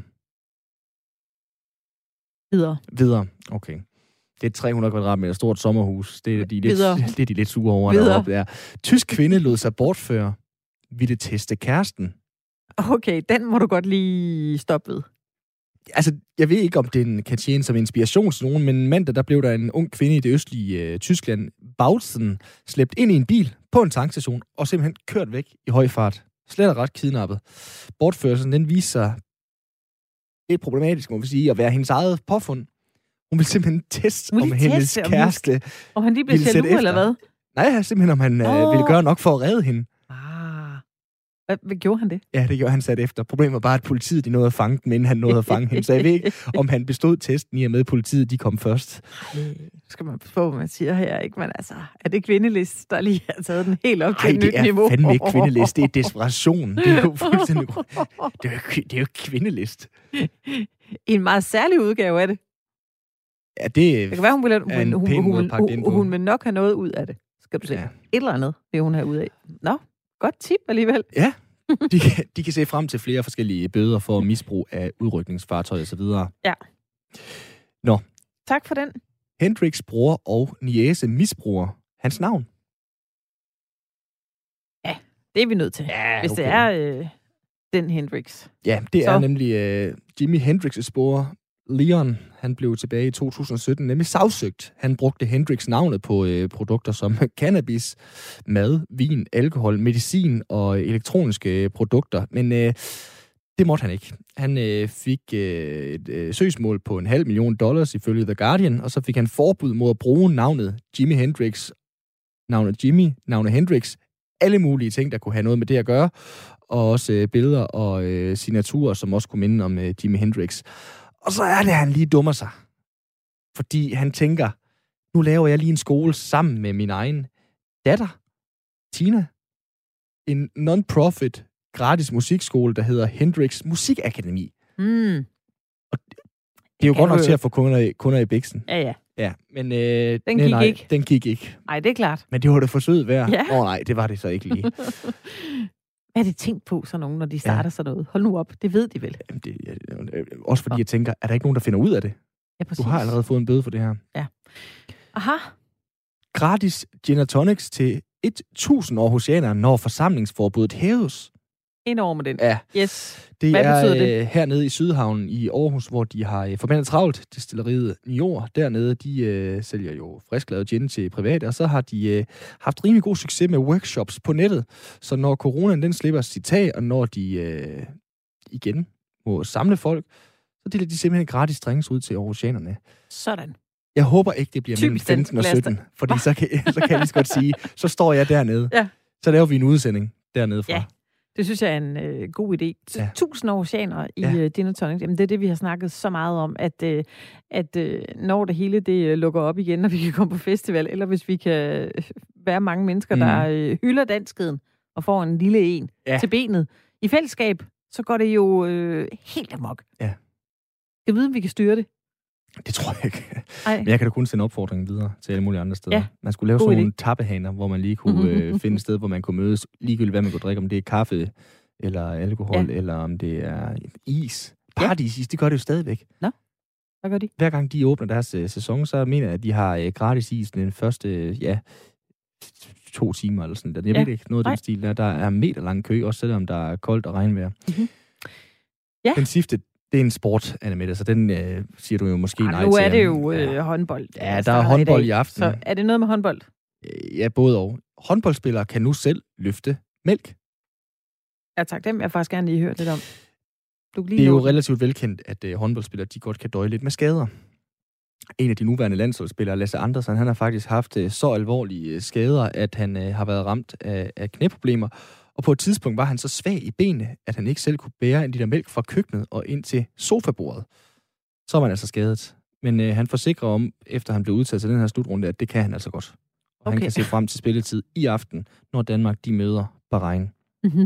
Videre. Okay. Det er et 300 kvadratmeter stort sommerhus. Det er de lidt sure over deroppe der. Tysk kvinde lod sig bortføre. Ville teste kæresten. Okay, den må du godt lige stoppe ved. Altså, jeg ved ikke, om den kan tjene som inspiration til nogen, men mandag, der blev der en ung kvinde i det østlige Tyskland, Bautzen, slæbt ind i en bil på en tankstation og simpelthen kørt væk i høj fart. Slet og ret kidnappet. Bortførelsen, den viser sig lidt problematisk, må vi sige, at være hendes eget påfund. Hun ville simpelthen teste, om hendes kæreste... Om han lige blev jaloux, eller hvad? Nej, simpelthen, om han ville gøre nok for at redde hende. Hvad gjorde han det? Ja, det gjorde han sat efter. Problemet var bare, at politiet de nåede at fange dem, inden han nåede at fange hende. Så jeg ved ikke, om han bestod testen i og med, at politiet de kom først. Skal man på, hvad man siger her, ikke? Men altså, er det kvindelist, der lige har taget den helt op til et nyt niveau? Nej, det er fandme ikke kvindelist. Det er desperation. Det er jo fuldstændig... Det er jo kvindelist. I en meget særlig udgave af det. Ja, det kan være, hun vil nok have noget ud af det. Skal du se. Ja. Et eller andet vil hun have ud af. Nå, godt tip alligevel. Ja, de kan se frem til flere forskellige bøder for misbrug af udrykningsfartøjer og så videre. Ja. Nå. Tak for den. Hendrix bror og niece misbruger hans navn. Ja, det er vi nødt til. Ja, hvis det er den Hendrix. Ja, det er nemlig Jimi Hendrix' bror Leon. Han blev tilbage i 2017 nemlig sagsøgt. Han brugte Hendrix-navnet på produkter som cannabis, mad, vin, alkohol, medicin og elektroniske produkter. Men det måtte han ikke. Han fik et søgsmål på $500,000 ifølge The Guardian, og så fik han forbud mod at bruge navnet Jimi Hendrix navnet Jimi, navnet Hendrix, alle mulige ting, der kunne have noget med det at gøre, og også billeder og signaturer, som også kunne minde om Jimi Hendrix. Og så er det, han lige dummer sig. Fordi han tænker, nu laver jeg lige en skole sammen med min egen datter, Tina. En non-profit, gratis musikskole, der hedder Hendrix Musikakademi. Og det er jo godt nok til at få kunder i biksen. Ja. Ja, men den gik ikke. Nej, det er klart. Men det var det forsøget værd. Ja. Nej, det var det så ikke lige. Hvad er det tænkt på, så nogen, når de starter sådan noget? Hold nu op, det ved de vel. Jamen, også fordi jeg tænker, er der ikke nogen, der finder ud af det? Ja, præcis. Du har allerede fået en bøde for det her. Ja. Aha. Gratis gin og tonics til 1.000 aarhusianere, når forsamlingsforbuddet hæves. Ind over med den. Ja. Yes. Det Hvad betyder det? Hernede i Sydhavnen i Aarhus, hvor de har forbandet travlt, destilleriet Nior. Dernede, de sælger jo frisklavet gin til private, og så har de haft rimelig god succes med workshops på nettet. Så når coronaen den slipper sit tag, og når de igen må samle folk, så deler de simpelthen gratis drinks ud til aarhusianerne. Sådan. Jeg håber ikke, det bliver mellem 15 og 17, fordi så kan jeg lige så godt sige, så står jeg dernede. Ja. Så laver vi en udsending dernede fra. Ja. Det synes jeg er en god idé. 1000 aarhusianere i Gin og Tonic. Jamen, det er det, vi har snakket så meget om, at når det hele det lukker op igen, når vi kan komme på festival, eller hvis vi kan være mange mennesker, der hylder danskheden og får en lille en til benet i fællesskab, så går det jo helt amok. Ja. Jeg ved, om vi kan styre det. Det tror jeg ikke. Men jeg kan da kun sende opfordringen videre til alle mulige andre steder. Ja. Man skulle lave sådan nogle tappehaner, hvor man lige kunne finde et sted, hvor man kunne mødes, ligegyldigt hvad man kunne drikke, om det er kaffe, eller alkohol, eller om det er is. Paradisis, de gør det jo stadigvæk. Nå, hvad gør de? Hver gang de åbner deres sæson, så mener jeg, at de har gratis is den første, 2 timer eller sådan. Jeg ved ikke noget af den stil. Der er meterlang kø, også selvom der er koldt og regnvejr. Mm-hmm. Ja. Den sidste, det er en sport, Anne-Mette, så den siger du jo måske nej til. Nu er det jo håndbold. Ja, der er håndbold i aften. Så er det noget med håndbold? Ja, både og. Håndboldspillere kan nu selv løfte mælk. Ja, tak. Dem vil jeg faktisk gerne lige høre lidt om. Det er jo relativt velkendt, at håndboldspillere, de godt kan døje lidt med skader. En af de nuværende landsholdsspillere, Lasse Andersen, han har faktisk haft så alvorlige skader, at han har været ramt af knæproblemer. Og på et tidspunkt var han så svag i benene, at han ikke selv kunne bære en liter mælk fra køkkenet og ind til sofabordet. Så var han altså skadet. Men han forsikrer om, efter han blev udtaget til den her slutrunde, at det kan han altså godt. Og han kan se frem til spilletid i aften, når Danmark de møder Bahrain. Mm-hmm.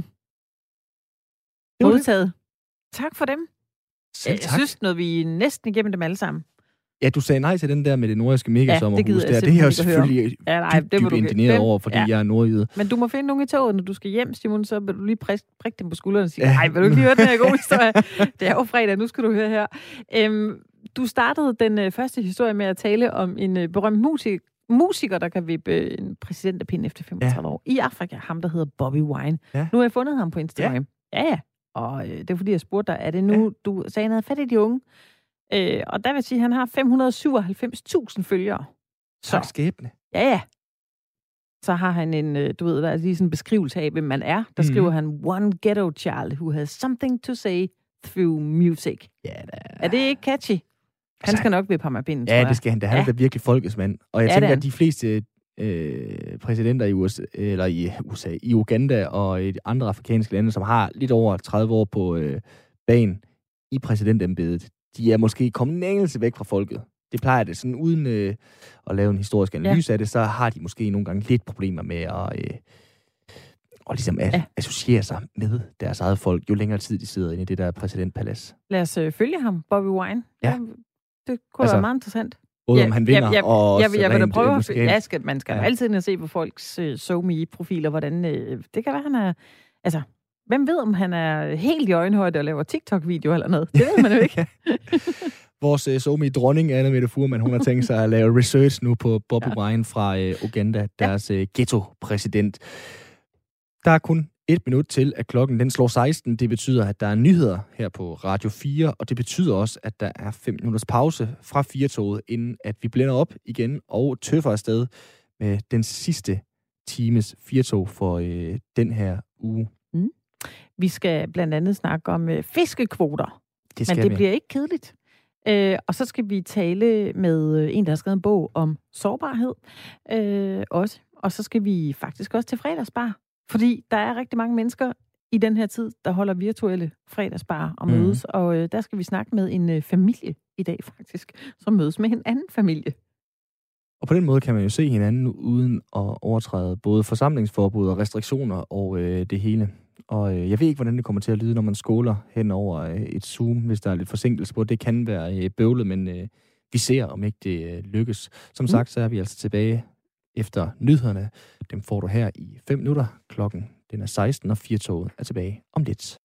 Udtaget. Tak for dem. Jeg synes, når vi er næsten igennem dem alle sammen. Ja, du sagde nej til den der med det nordiske megasommerhus der. Det er jeg jo selvfølgelig dybt indigneret over, fordi jeg er nordjyde. Men du må finde nogen i toget, når du skal hjem, Simon, så vil du lige prikke dem på skulderen og sige, nej, vil du ikke lige høre den her gode historie? Det er jo fredag, nu skal du høre her. Du startede den første historie med at tale om en berømt musiker, der kan vippe en præsidentpind efter 35 år. I Afrika, ham der hedder Bobby Wine. Ja. Nu har jeg fundet ham på Instagram. Ja. Og det er fordi, jeg spurgte dig, er det nu, du sagde, han havde fat i de unge? Og der vil sige, at han har 597.000 følgere. Tak skæbne. Ja. Så har han en, du ved, der er lige sådan en beskrivelse af, hvem man er. Der skriver han, one ghetto child who has something to say through music. Ja, er det ikke catchy? Han skal nok vippe ham af pinden, tror jeg. Det skal han. Han er da virkelig folkets mand. Og jeg tænker, at de fleste præsidenter i Uganda og i andre afrikanske lande, som har lidt over 30 år på bagen i præsidentembedet, de er måske kommet en anelse væk fra folket. Det plejer det sådan, uden at lave en historisk analyse af det, så har de måske nogle gange lidt problemer med at ligesom associere sig med deres eget folk, jo længere tid de sidder inde i det der præsidentpalads. Lad os følge ham, Bobby Wine. Ja. Det kunne være meget interessant. Både om han vinder, og også jeg vil da prøve man skal altid ind og se på folks SoMe-profiler, hvordan det kan være, han er... Altså, hvem ved, om han er helt i øjenhøjde og laver TikTok-video eller noget? Det ved man jo ikke. Vores SoMe-dronning, Anne-Mette Fuhrmann, hun har tænkt sig at lave research nu på Bobby Wine fra Uganda, deres ghetto-præsident. Der er kun 1 minut til, at klokken den slår 16. Det betyder, at der er nyheder her på Radio 4, og det betyder også, at der er 5 minutters pause fra 4-toget, inden at vi blænder op igen og tøffer afsted med den sidste times 4-tog for den her uge. Mm. Vi skal blandt andet snakke om fiskekvoter, men det bliver ikke kedeligt. Og så skal vi tale med en, der har skrevet en bog om sårbarhed også. og så skal vi faktisk også til fredagsbar. Fordi der er rigtig mange mennesker i den her tid, der holder virtuelle fredagsbar og mødes. Og der skal vi snakke med en familie i dag faktisk, som mødes med en anden familie. Og på den måde kan man jo se hinanden uden at overtræde både forsamlingsforbud og restriktioner og det hele. Og jeg ved ikke, hvordan det kommer til at lyde, når man skåler hen over et Zoom, hvis der er lidt forsinkelse på. Det kan være bøvlet, men vi ser, om ikke det lykkes. Som sagt, så er vi altså tilbage efter nyhederne. Dem får du her i 5 minutter. Klokken den er 16, og 4-toget er tilbage om lidt.